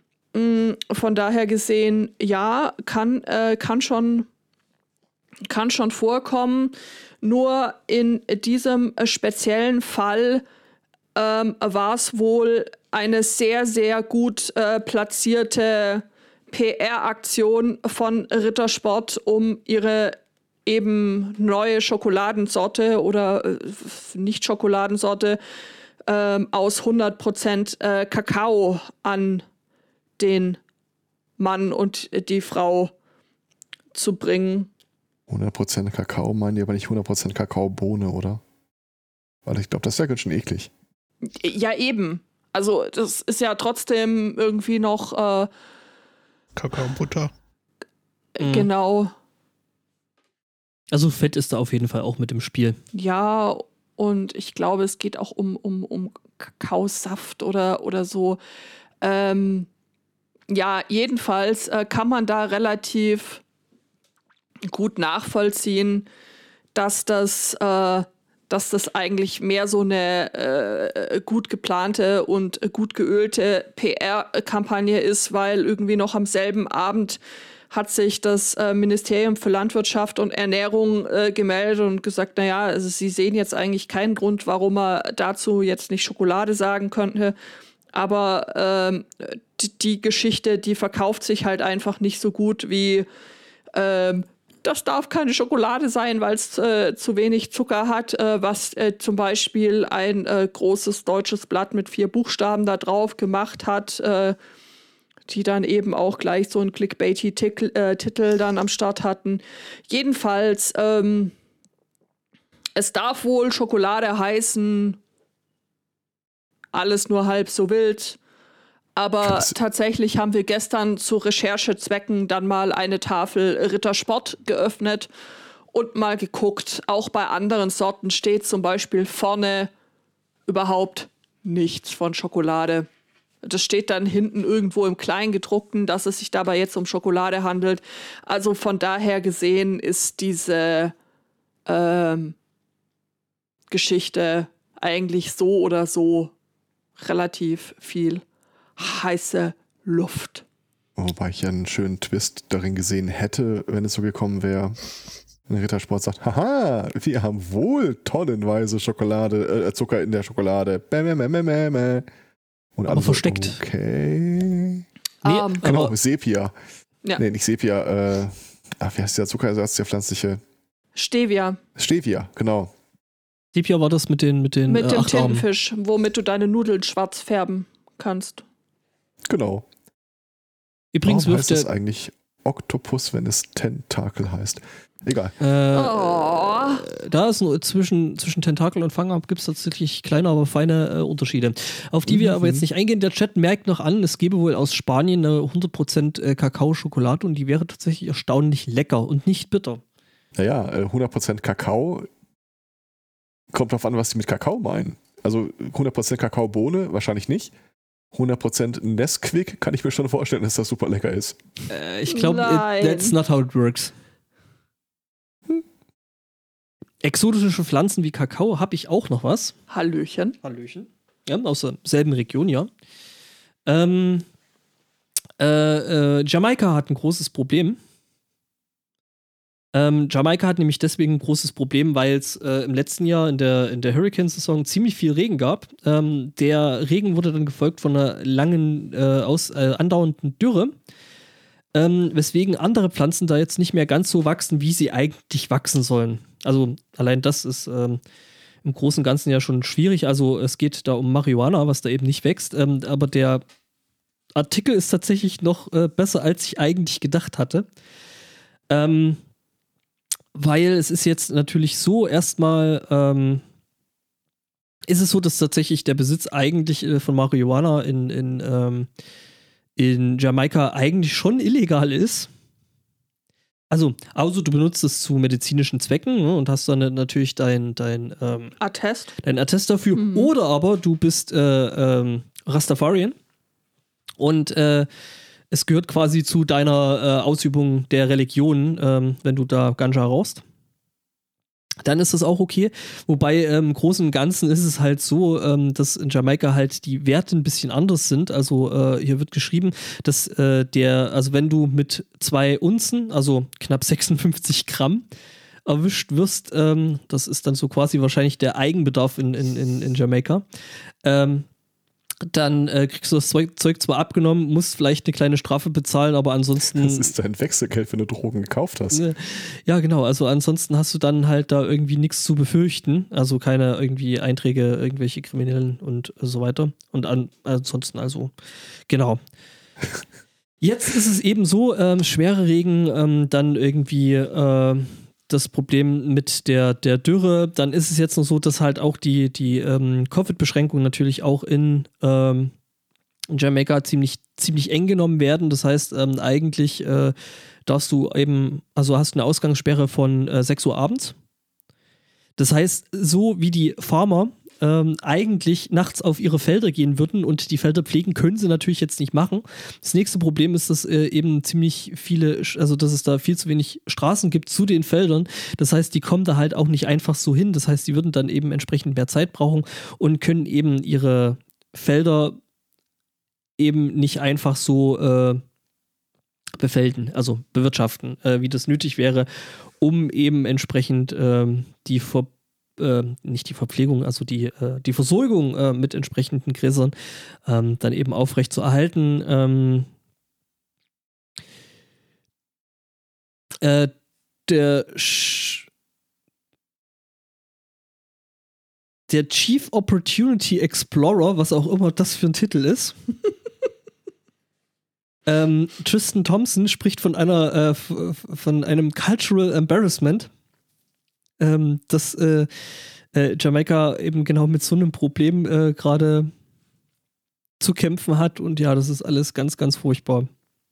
Von daher gesehen, ja, kann, äh, kann, schon, kann schon vorkommen. Nur in diesem speziellen Fall ähm, war es wohl eine sehr, sehr gut äh, platzierte P R-Aktion von Rittersport, um ihre eben neue Schokoladensorte oder äh, Nicht-Schokoladensorte äh, aus hundert Prozent äh, Kakao an den Mann und die Frau zu bringen. hundert Prozent Kakao meinen die aber nicht hundert Prozent Kakaobohne, oder? Weil ich glaube, das ist ja ganz schön eklig. Ja, eben. Also das ist ja trotzdem irgendwie noch äh, Kakaobutter. Mhm. Genau. Also Fett ist da auf jeden Fall auch mit im Spiel. Ja, und ich glaube, es geht auch um, um, um Kakaosaft oder, oder so. Ähm, Ja, jedenfalls äh, kann man da relativ gut nachvollziehen, dass das, äh, dass das eigentlich mehr so eine äh, gut geplante und gut geölte P R-Kampagne ist, weil irgendwie noch am selben Abend hat sich das äh, Ministerium für Landwirtschaft und Ernährung äh, gemeldet und gesagt, naja, also sie sehen jetzt eigentlich keinen Grund, warum man dazu jetzt nicht Schokolade sagen könnte. Aber ähm, die, die Geschichte, die verkauft sich halt einfach nicht so gut wie ähm, das darf keine Schokolade sein, weil es äh, zu wenig Zucker hat, äh, was äh, zum Beispiel ein äh, großes deutsches Blatt mit vier Buchstaben da drauf gemacht hat, äh, die dann eben auch gleich so einen Clickbaity-Titel äh, Titel dann am Start hatten. Jedenfalls, ähm, es darf wohl Schokolade heißen, alles nur halb so wild. Aber tatsächlich haben wir gestern zu Recherchezwecken dann mal eine Tafel Rittersport geöffnet und mal geguckt. Auch bei anderen Sorten steht zum Beispiel vorne überhaupt nichts von Schokolade. Das steht dann hinten irgendwo im Kleingedruckten, dass es sich dabei jetzt um Schokolade handelt. Also von daher gesehen ist diese ähm, Geschichte eigentlich so oder so relativ viel heiße Luft. Wobei ich ja einen schönen Twist darin gesehen hätte, wenn es so gekommen wäre. Wenn Rittersport sagt, haha, wir haben wohl tonnenweise Schokolade, äh, Zucker in der Schokolade. Bäh, bäh, bäh, bäh, bäh. Und aber versteckt. So, okay. Nee, Um, Genau, aber Sepia. Ja. Nee, nicht Sepia. Äh, ach, wie heißt der Zuckerersatz, der pflanzliche? Stevia. Stevia, genau. Sepia war das mit den mit den Mit äh, dem acht Armen. Tintenfisch, womit du deine Nudeln schwarz färben kannst. Genau. Übrigens Warum wirft heißt es der eigentlich Oktopus, wenn es Tentakel heißt? Egal. Äh, Oh. Da ist nur zwischen, zwischen Tentakel und Fangarm gibt es tatsächlich kleine, aber feine äh, Unterschiede. Auf die wir Mhm. aber jetzt nicht eingehen. Der Chat merkt noch an, es gäbe wohl aus Spanien eine hundert Prozent äh, Kakao-Schokolade und die wäre tatsächlich erstaunlich lecker und nicht bitter. Naja, äh, hundert Prozent Kakao kommt drauf an, was sie mit Kakao meinen. Also hundert Prozent Kakaobohne wahrscheinlich nicht. hundert Prozent Nesquik kann ich mir schon vorstellen, dass das super lecker ist. Äh, ich glaube, that's not how it works. Hm. Exotische Pflanzen wie Kakao habe ich auch noch was. Hallöchen. Hallöchen. Ja, aus derselben Region, ja. Ähm, äh, äh, Jamaika hat ein großes Problem. Ähm, Jamaika hat nämlich deswegen ein großes Problem, weil es äh, im letzten Jahr in der, in der Hurricane-Saison ziemlich viel Regen gab. Ähm, der Regen wurde dann gefolgt von einer langen, äh, aus, äh, andauernden Dürre, ähm, weswegen andere Pflanzen da jetzt nicht mehr ganz so wachsen, wie sie eigentlich wachsen sollen. Also allein das ist ähm, im Großen und Ganzen ja schon schwierig. Also es geht da um Marihuana, was da eben nicht wächst. Ähm, aber der Artikel ist tatsächlich noch äh, besser, als ich eigentlich gedacht hatte. Ähm, Weil es ist jetzt natürlich so, erstmal ähm, ist es so, dass tatsächlich der Besitz eigentlich äh, von Marihuana in, in, ähm, in Jamaika eigentlich schon illegal ist. Also, also du benutzt es zu medizinischen Zwecken, ne, und hast dann natürlich dein, dein, ähm, Attest. dein Attest dafür. Mhm. Oder aber du bist äh, ähm, Rastafarian und äh, es gehört quasi zu deiner äh, Ausübung der Religion, ähm, wenn du da Ganja rauchst. Dann ist das auch okay. Wobei ähm, im Großen und Ganzen ist es halt so, ähm, dass in Jamaika halt die Werte ein bisschen anders sind. Also äh, hier wird geschrieben, dass äh, der, also wenn du mit zwei Unzen, also knapp sechsundfünfzig Gramm, erwischt wirst, ähm, das ist dann so quasi wahrscheinlich der Eigenbedarf in, in, in, in Jamaika, ähm, dann äh, kriegst du das Zeug, Zeug zwar abgenommen, musst vielleicht eine kleine Strafe bezahlen, aber ansonsten... Das ist dein Wechselgeld, wenn du Drogen gekauft hast. Ja, genau. Also ansonsten hast du dann halt da irgendwie nichts zu befürchten. Also keine irgendwie Einträge, irgendwelche Kriminellen und so weiter. Und an, ansonsten also, genau. Jetzt ist es eben so, ähm, schwere Regen, ähm, dann irgendwie... Äh, das Problem mit der, der Dürre, dann ist es jetzt noch so, dass halt auch die, die ähm, Covid-Beschränkungen natürlich auch in, ähm, in Jamaika ziemlich, ziemlich eng genommen werden. Das heißt, ähm, eigentlich äh, darfst du eben, also hast du eine Ausgangssperre von äh, sechs Uhr abends. Das heißt, so wie die Farmer ähm, eigentlich nachts auf ihre Felder gehen würden und die Felder pflegen, können sie natürlich jetzt nicht machen. Das nächste Problem ist, dass äh, eben ziemlich viele, also dass es da viel zu wenig Straßen gibt zu den Feldern. Das heißt, die kommen da halt auch nicht einfach so hin. Das heißt, die würden dann eben entsprechend mehr Zeit brauchen und können eben ihre Felder eben nicht einfach so äh, befelden, also bewirtschaften, äh, wie das nötig wäre, um eben entsprechend äh, die Ver Äh, nicht die Verpflegung, also die, äh, die Versorgung äh, mit entsprechenden Gräsern ähm, dann eben aufrecht zu erhalten. Ähm, äh, der, Sch- der Chief Opportunity Explorer, was auch immer das für ein Titel ist, ähm, Tristan Thompson spricht von einer äh, f- von einem Cultural Embarrassment. Ähm, dass äh, äh, Jamaika eben genau mit so einem Problem äh, gerade zu kämpfen hat und ja, das ist alles ganz, ganz furchtbar.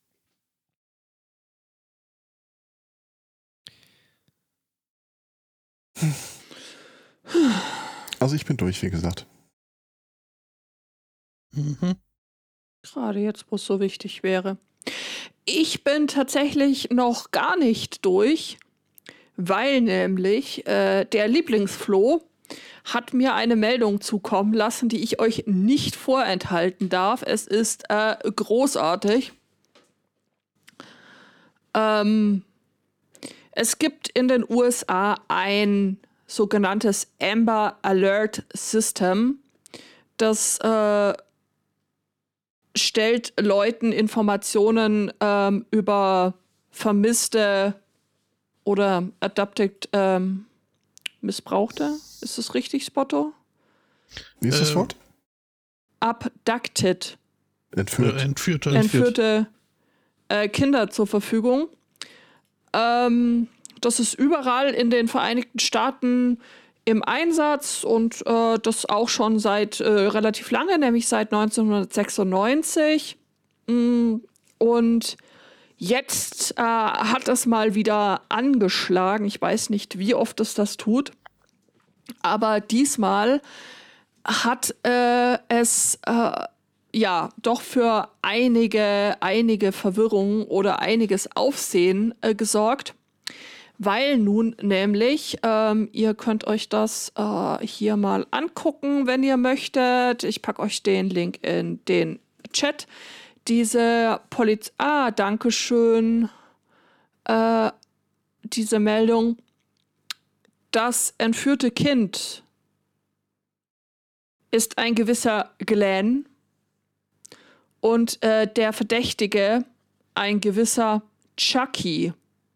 Also ich bin durch, wie gesagt. Mhm. Gerade jetzt, wo es so wichtig wäre. Ich bin tatsächlich noch gar nicht durch. Weil nämlich äh, der Lieblingsflo hat mir eine Meldung zukommen lassen, die ich euch nicht vorenthalten darf. Es ist äh, großartig. Ähm, es gibt in den U S A ein sogenanntes Amber Alert System. Das äh, stellt Leuten Informationen ähm, über vermisste oder adopted ähm, Missbrauchte? Ist das richtig, Spotto? Wie ist das äh, Wort? Abducted. Entführt. Äh, entführte. Entführte äh, Kinder zur Verfügung. Ähm, das ist überall in den Vereinigten Staaten im Einsatz und äh, das auch schon seit äh, relativ lange, nämlich seit neunzehnhundertsechsundneunzig. Mm, und Jetzt äh, hat es mal wieder angeschlagen. Ich weiß nicht, wie oft es das tut. Aber diesmal hat äh, es äh, ja, doch für einige, einige Verwirrung oder einiges Aufsehen äh, gesorgt. Weil nun nämlich, ähm, ihr könnt euch das äh, hier mal angucken, wenn ihr möchtet. Ich packe euch den Link in den Chat. Diese Polizei, ah, dankeschön, äh, diese Meldung. Das entführte Kind ist ein gewisser Glenn und äh, der Verdächtige ein gewisser Chucky.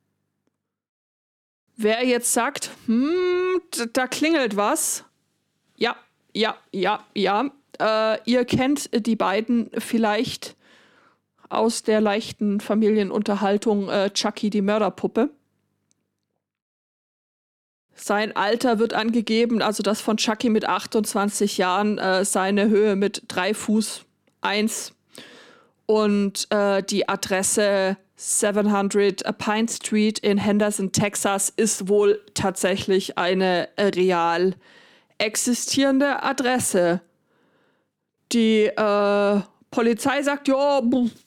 Wer jetzt sagt, hm, da klingelt was. Ja, ja, ja, ja. Äh, ihr kennt die beiden vielleicht aus der leichten Familienunterhaltung äh, Chucky die Mörderpuppe. Sein Alter wird angegeben, also das von Chucky mit achtundzwanzig Jahren, äh, seine Höhe mit drei Fuß eins und äh, die Adresse siebenhundert Pine Street in Henderson, Texas, ist wohl tatsächlich eine real existierende Adresse. Die äh, Polizei sagt, ja,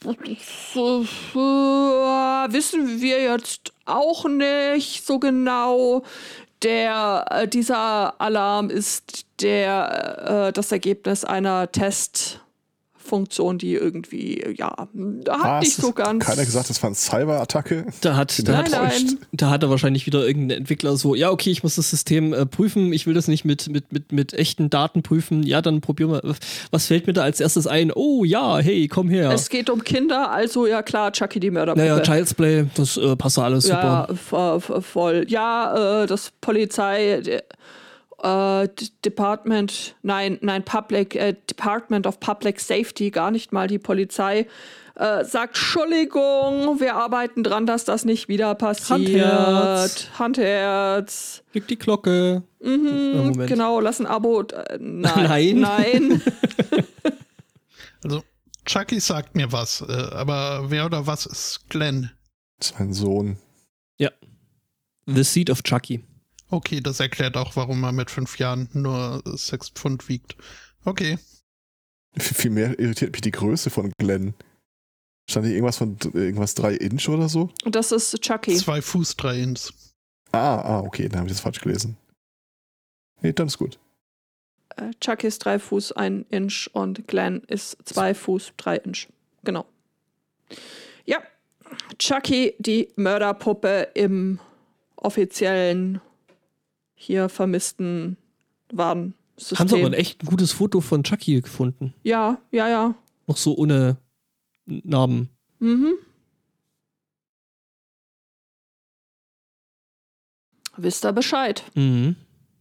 wissen wir jetzt auch nicht so genau. Der, äh, dieser Alarm ist der, äh, das Ergebnis einer Test- Funktion, die irgendwie, ja, hat Was? nicht so ganz. Keiner gesagt, das war eine Cyber-Attacke? Da hat, da, Nein, hat, nein. da hat er wahrscheinlich wieder irgendein Entwickler so, ja, okay, ich muss das System äh, prüfen, ich will das nicht mit, mit, mit, mit echten Daten prüfen, ja, dann probieren wir, was fällt mir da als erstes ein? Oh ja, hey, komm her. Es geht um Kinder, also ja klar, Chucky die Mörderpuppe. Naja, Child's Play, das äh, passt alles ja, super. v- v- voll. Ja, äh, das Polizei, äh, Department, nein, nein, Public, äh, Department of Public Safety, gar nicht mal die Polizei, äh, sagt, Entschuldigung, wir arbeiten dran, dass das nicht wieder passiert. Handherz. Handherz. Leg die Glocke. Mhm, Moment. genau, lass ein Abo. Äh, Nein. nein. Nein. Also, Chucky sagt mir was, äh, aber wer oder was ist Glenn? Sein Sohn. Ja. The Seed of Chucky. Okay, das erklärt auch, warum er mit fünf Jahren nur sechs Pfund wiegt. Okay. Viel mehr irritiert mich die Größe von Glenn. Stand hier irgendwas von irgendwas drei Inch oder so? Das ist Chucky. Zwei Fuß, drei Inch. Ah, ah, okay, dann habe ich das falsch gelesen. Nee, dann ist gut. Äh, Chucky ist drei Fuß, ein Inch und Glenn ist zwei Fuß, drei Inch. Genau. Ja, Chucky, die Mörderpuppe im offiziellen, hier vermissten Warnsystem. Haben sie aber ein echt gutes Foto von Chucky gefunden. Ja, ja, ja. Noch so ohne Narben. Mhm. Wisst ihr Bescheid. Mhm.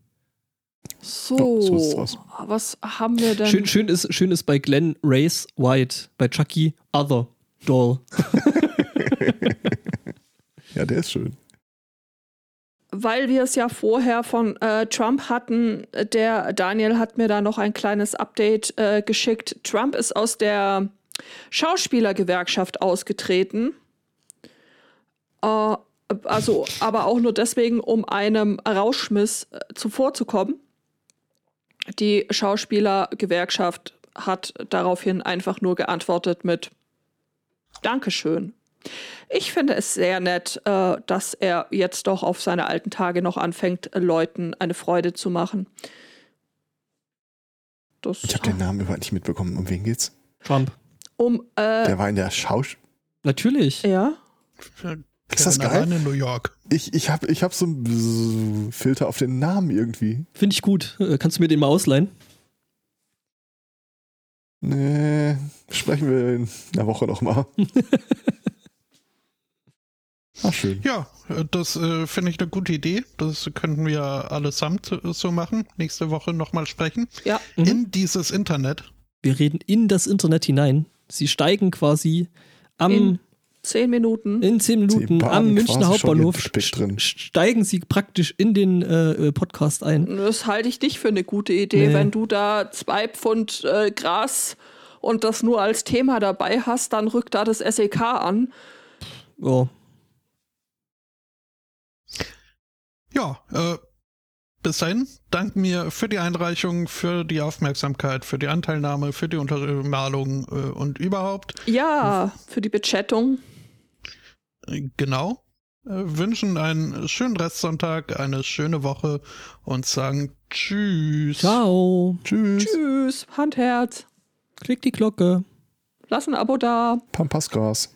So, Ja, so ist es. was haben wir denn? Schön, schön, ist, schön ist bei Glenn Race White, bei Chucky Other Doll. Ja, der ist schön. Weil wir es ja vorher von äh, Trump hatten, der Daniel hat mir da noch ein kleines Update äh, geschickt. Trump ist aus der Schauspielergewerkschaft ausgetreten. Äh, also, aber auch nur deswegen, um einem Rauschmiss äh, zuvorzukommen. Die Schauspielergewerkschaft hat daraufhin einfach nur geantwortet mit Dankeschön. Ich finde es sehr nett, äh, dass er jetzt doch auf seine alten Tage noch anfängt, Leuten eine Freude zu machen. Das Ich habe den Namen überhaupt nicht mitbekommen. Um wen geht's? Trump. um äh, Der war in der Schauspiel. Natürlich. ja. Ist das Kevin geil? allein in New York. Ich, ich habe ich hab so einen Bzzz- Filter auf den Namen irgendwie. Finde ich gut. Äh, Kannst du mir den mal ausleihen? Nee, sprechen wir in einer Woche nochmal. Ah, schön. Ja, äh, das äh, finde ich eine gute Idee. Das könnten wir allesamt äh, so machen. Nächste Woche nochmal sprechen. Ja. Mhm. In dieses Internet. Wir reden in das Internet hinein. Sie steigen quasi am In zehn Minuten. in zehn Minuten Sie am baden Münchner quasi schon Hauptbahnhof ihren Speck drin. st- steigen sie praktisch in den äh, Podcast ein. Das halte ich nicht für eine gute Idee, Nee. wenn du da zwei Pfund äh, Gras und das nur als Thema dabei hast, dann rückt da das S E K an. Oh. Ja, äh, bis dahin, danke mir für die Einreichung, für die Aufmerksamkeit, für die Anteilnahme, für die Untermalung äh, und überhaupt. Ja, für die Bechattung. Genau. Äh, wünschen einen schönen Restsonntag, eine schöne Woche und sagen Tschüss. Ciao. Tschüss. Tschüss. Handherz. Klick die Glocke. Lass ein Abo da. Pampasgras.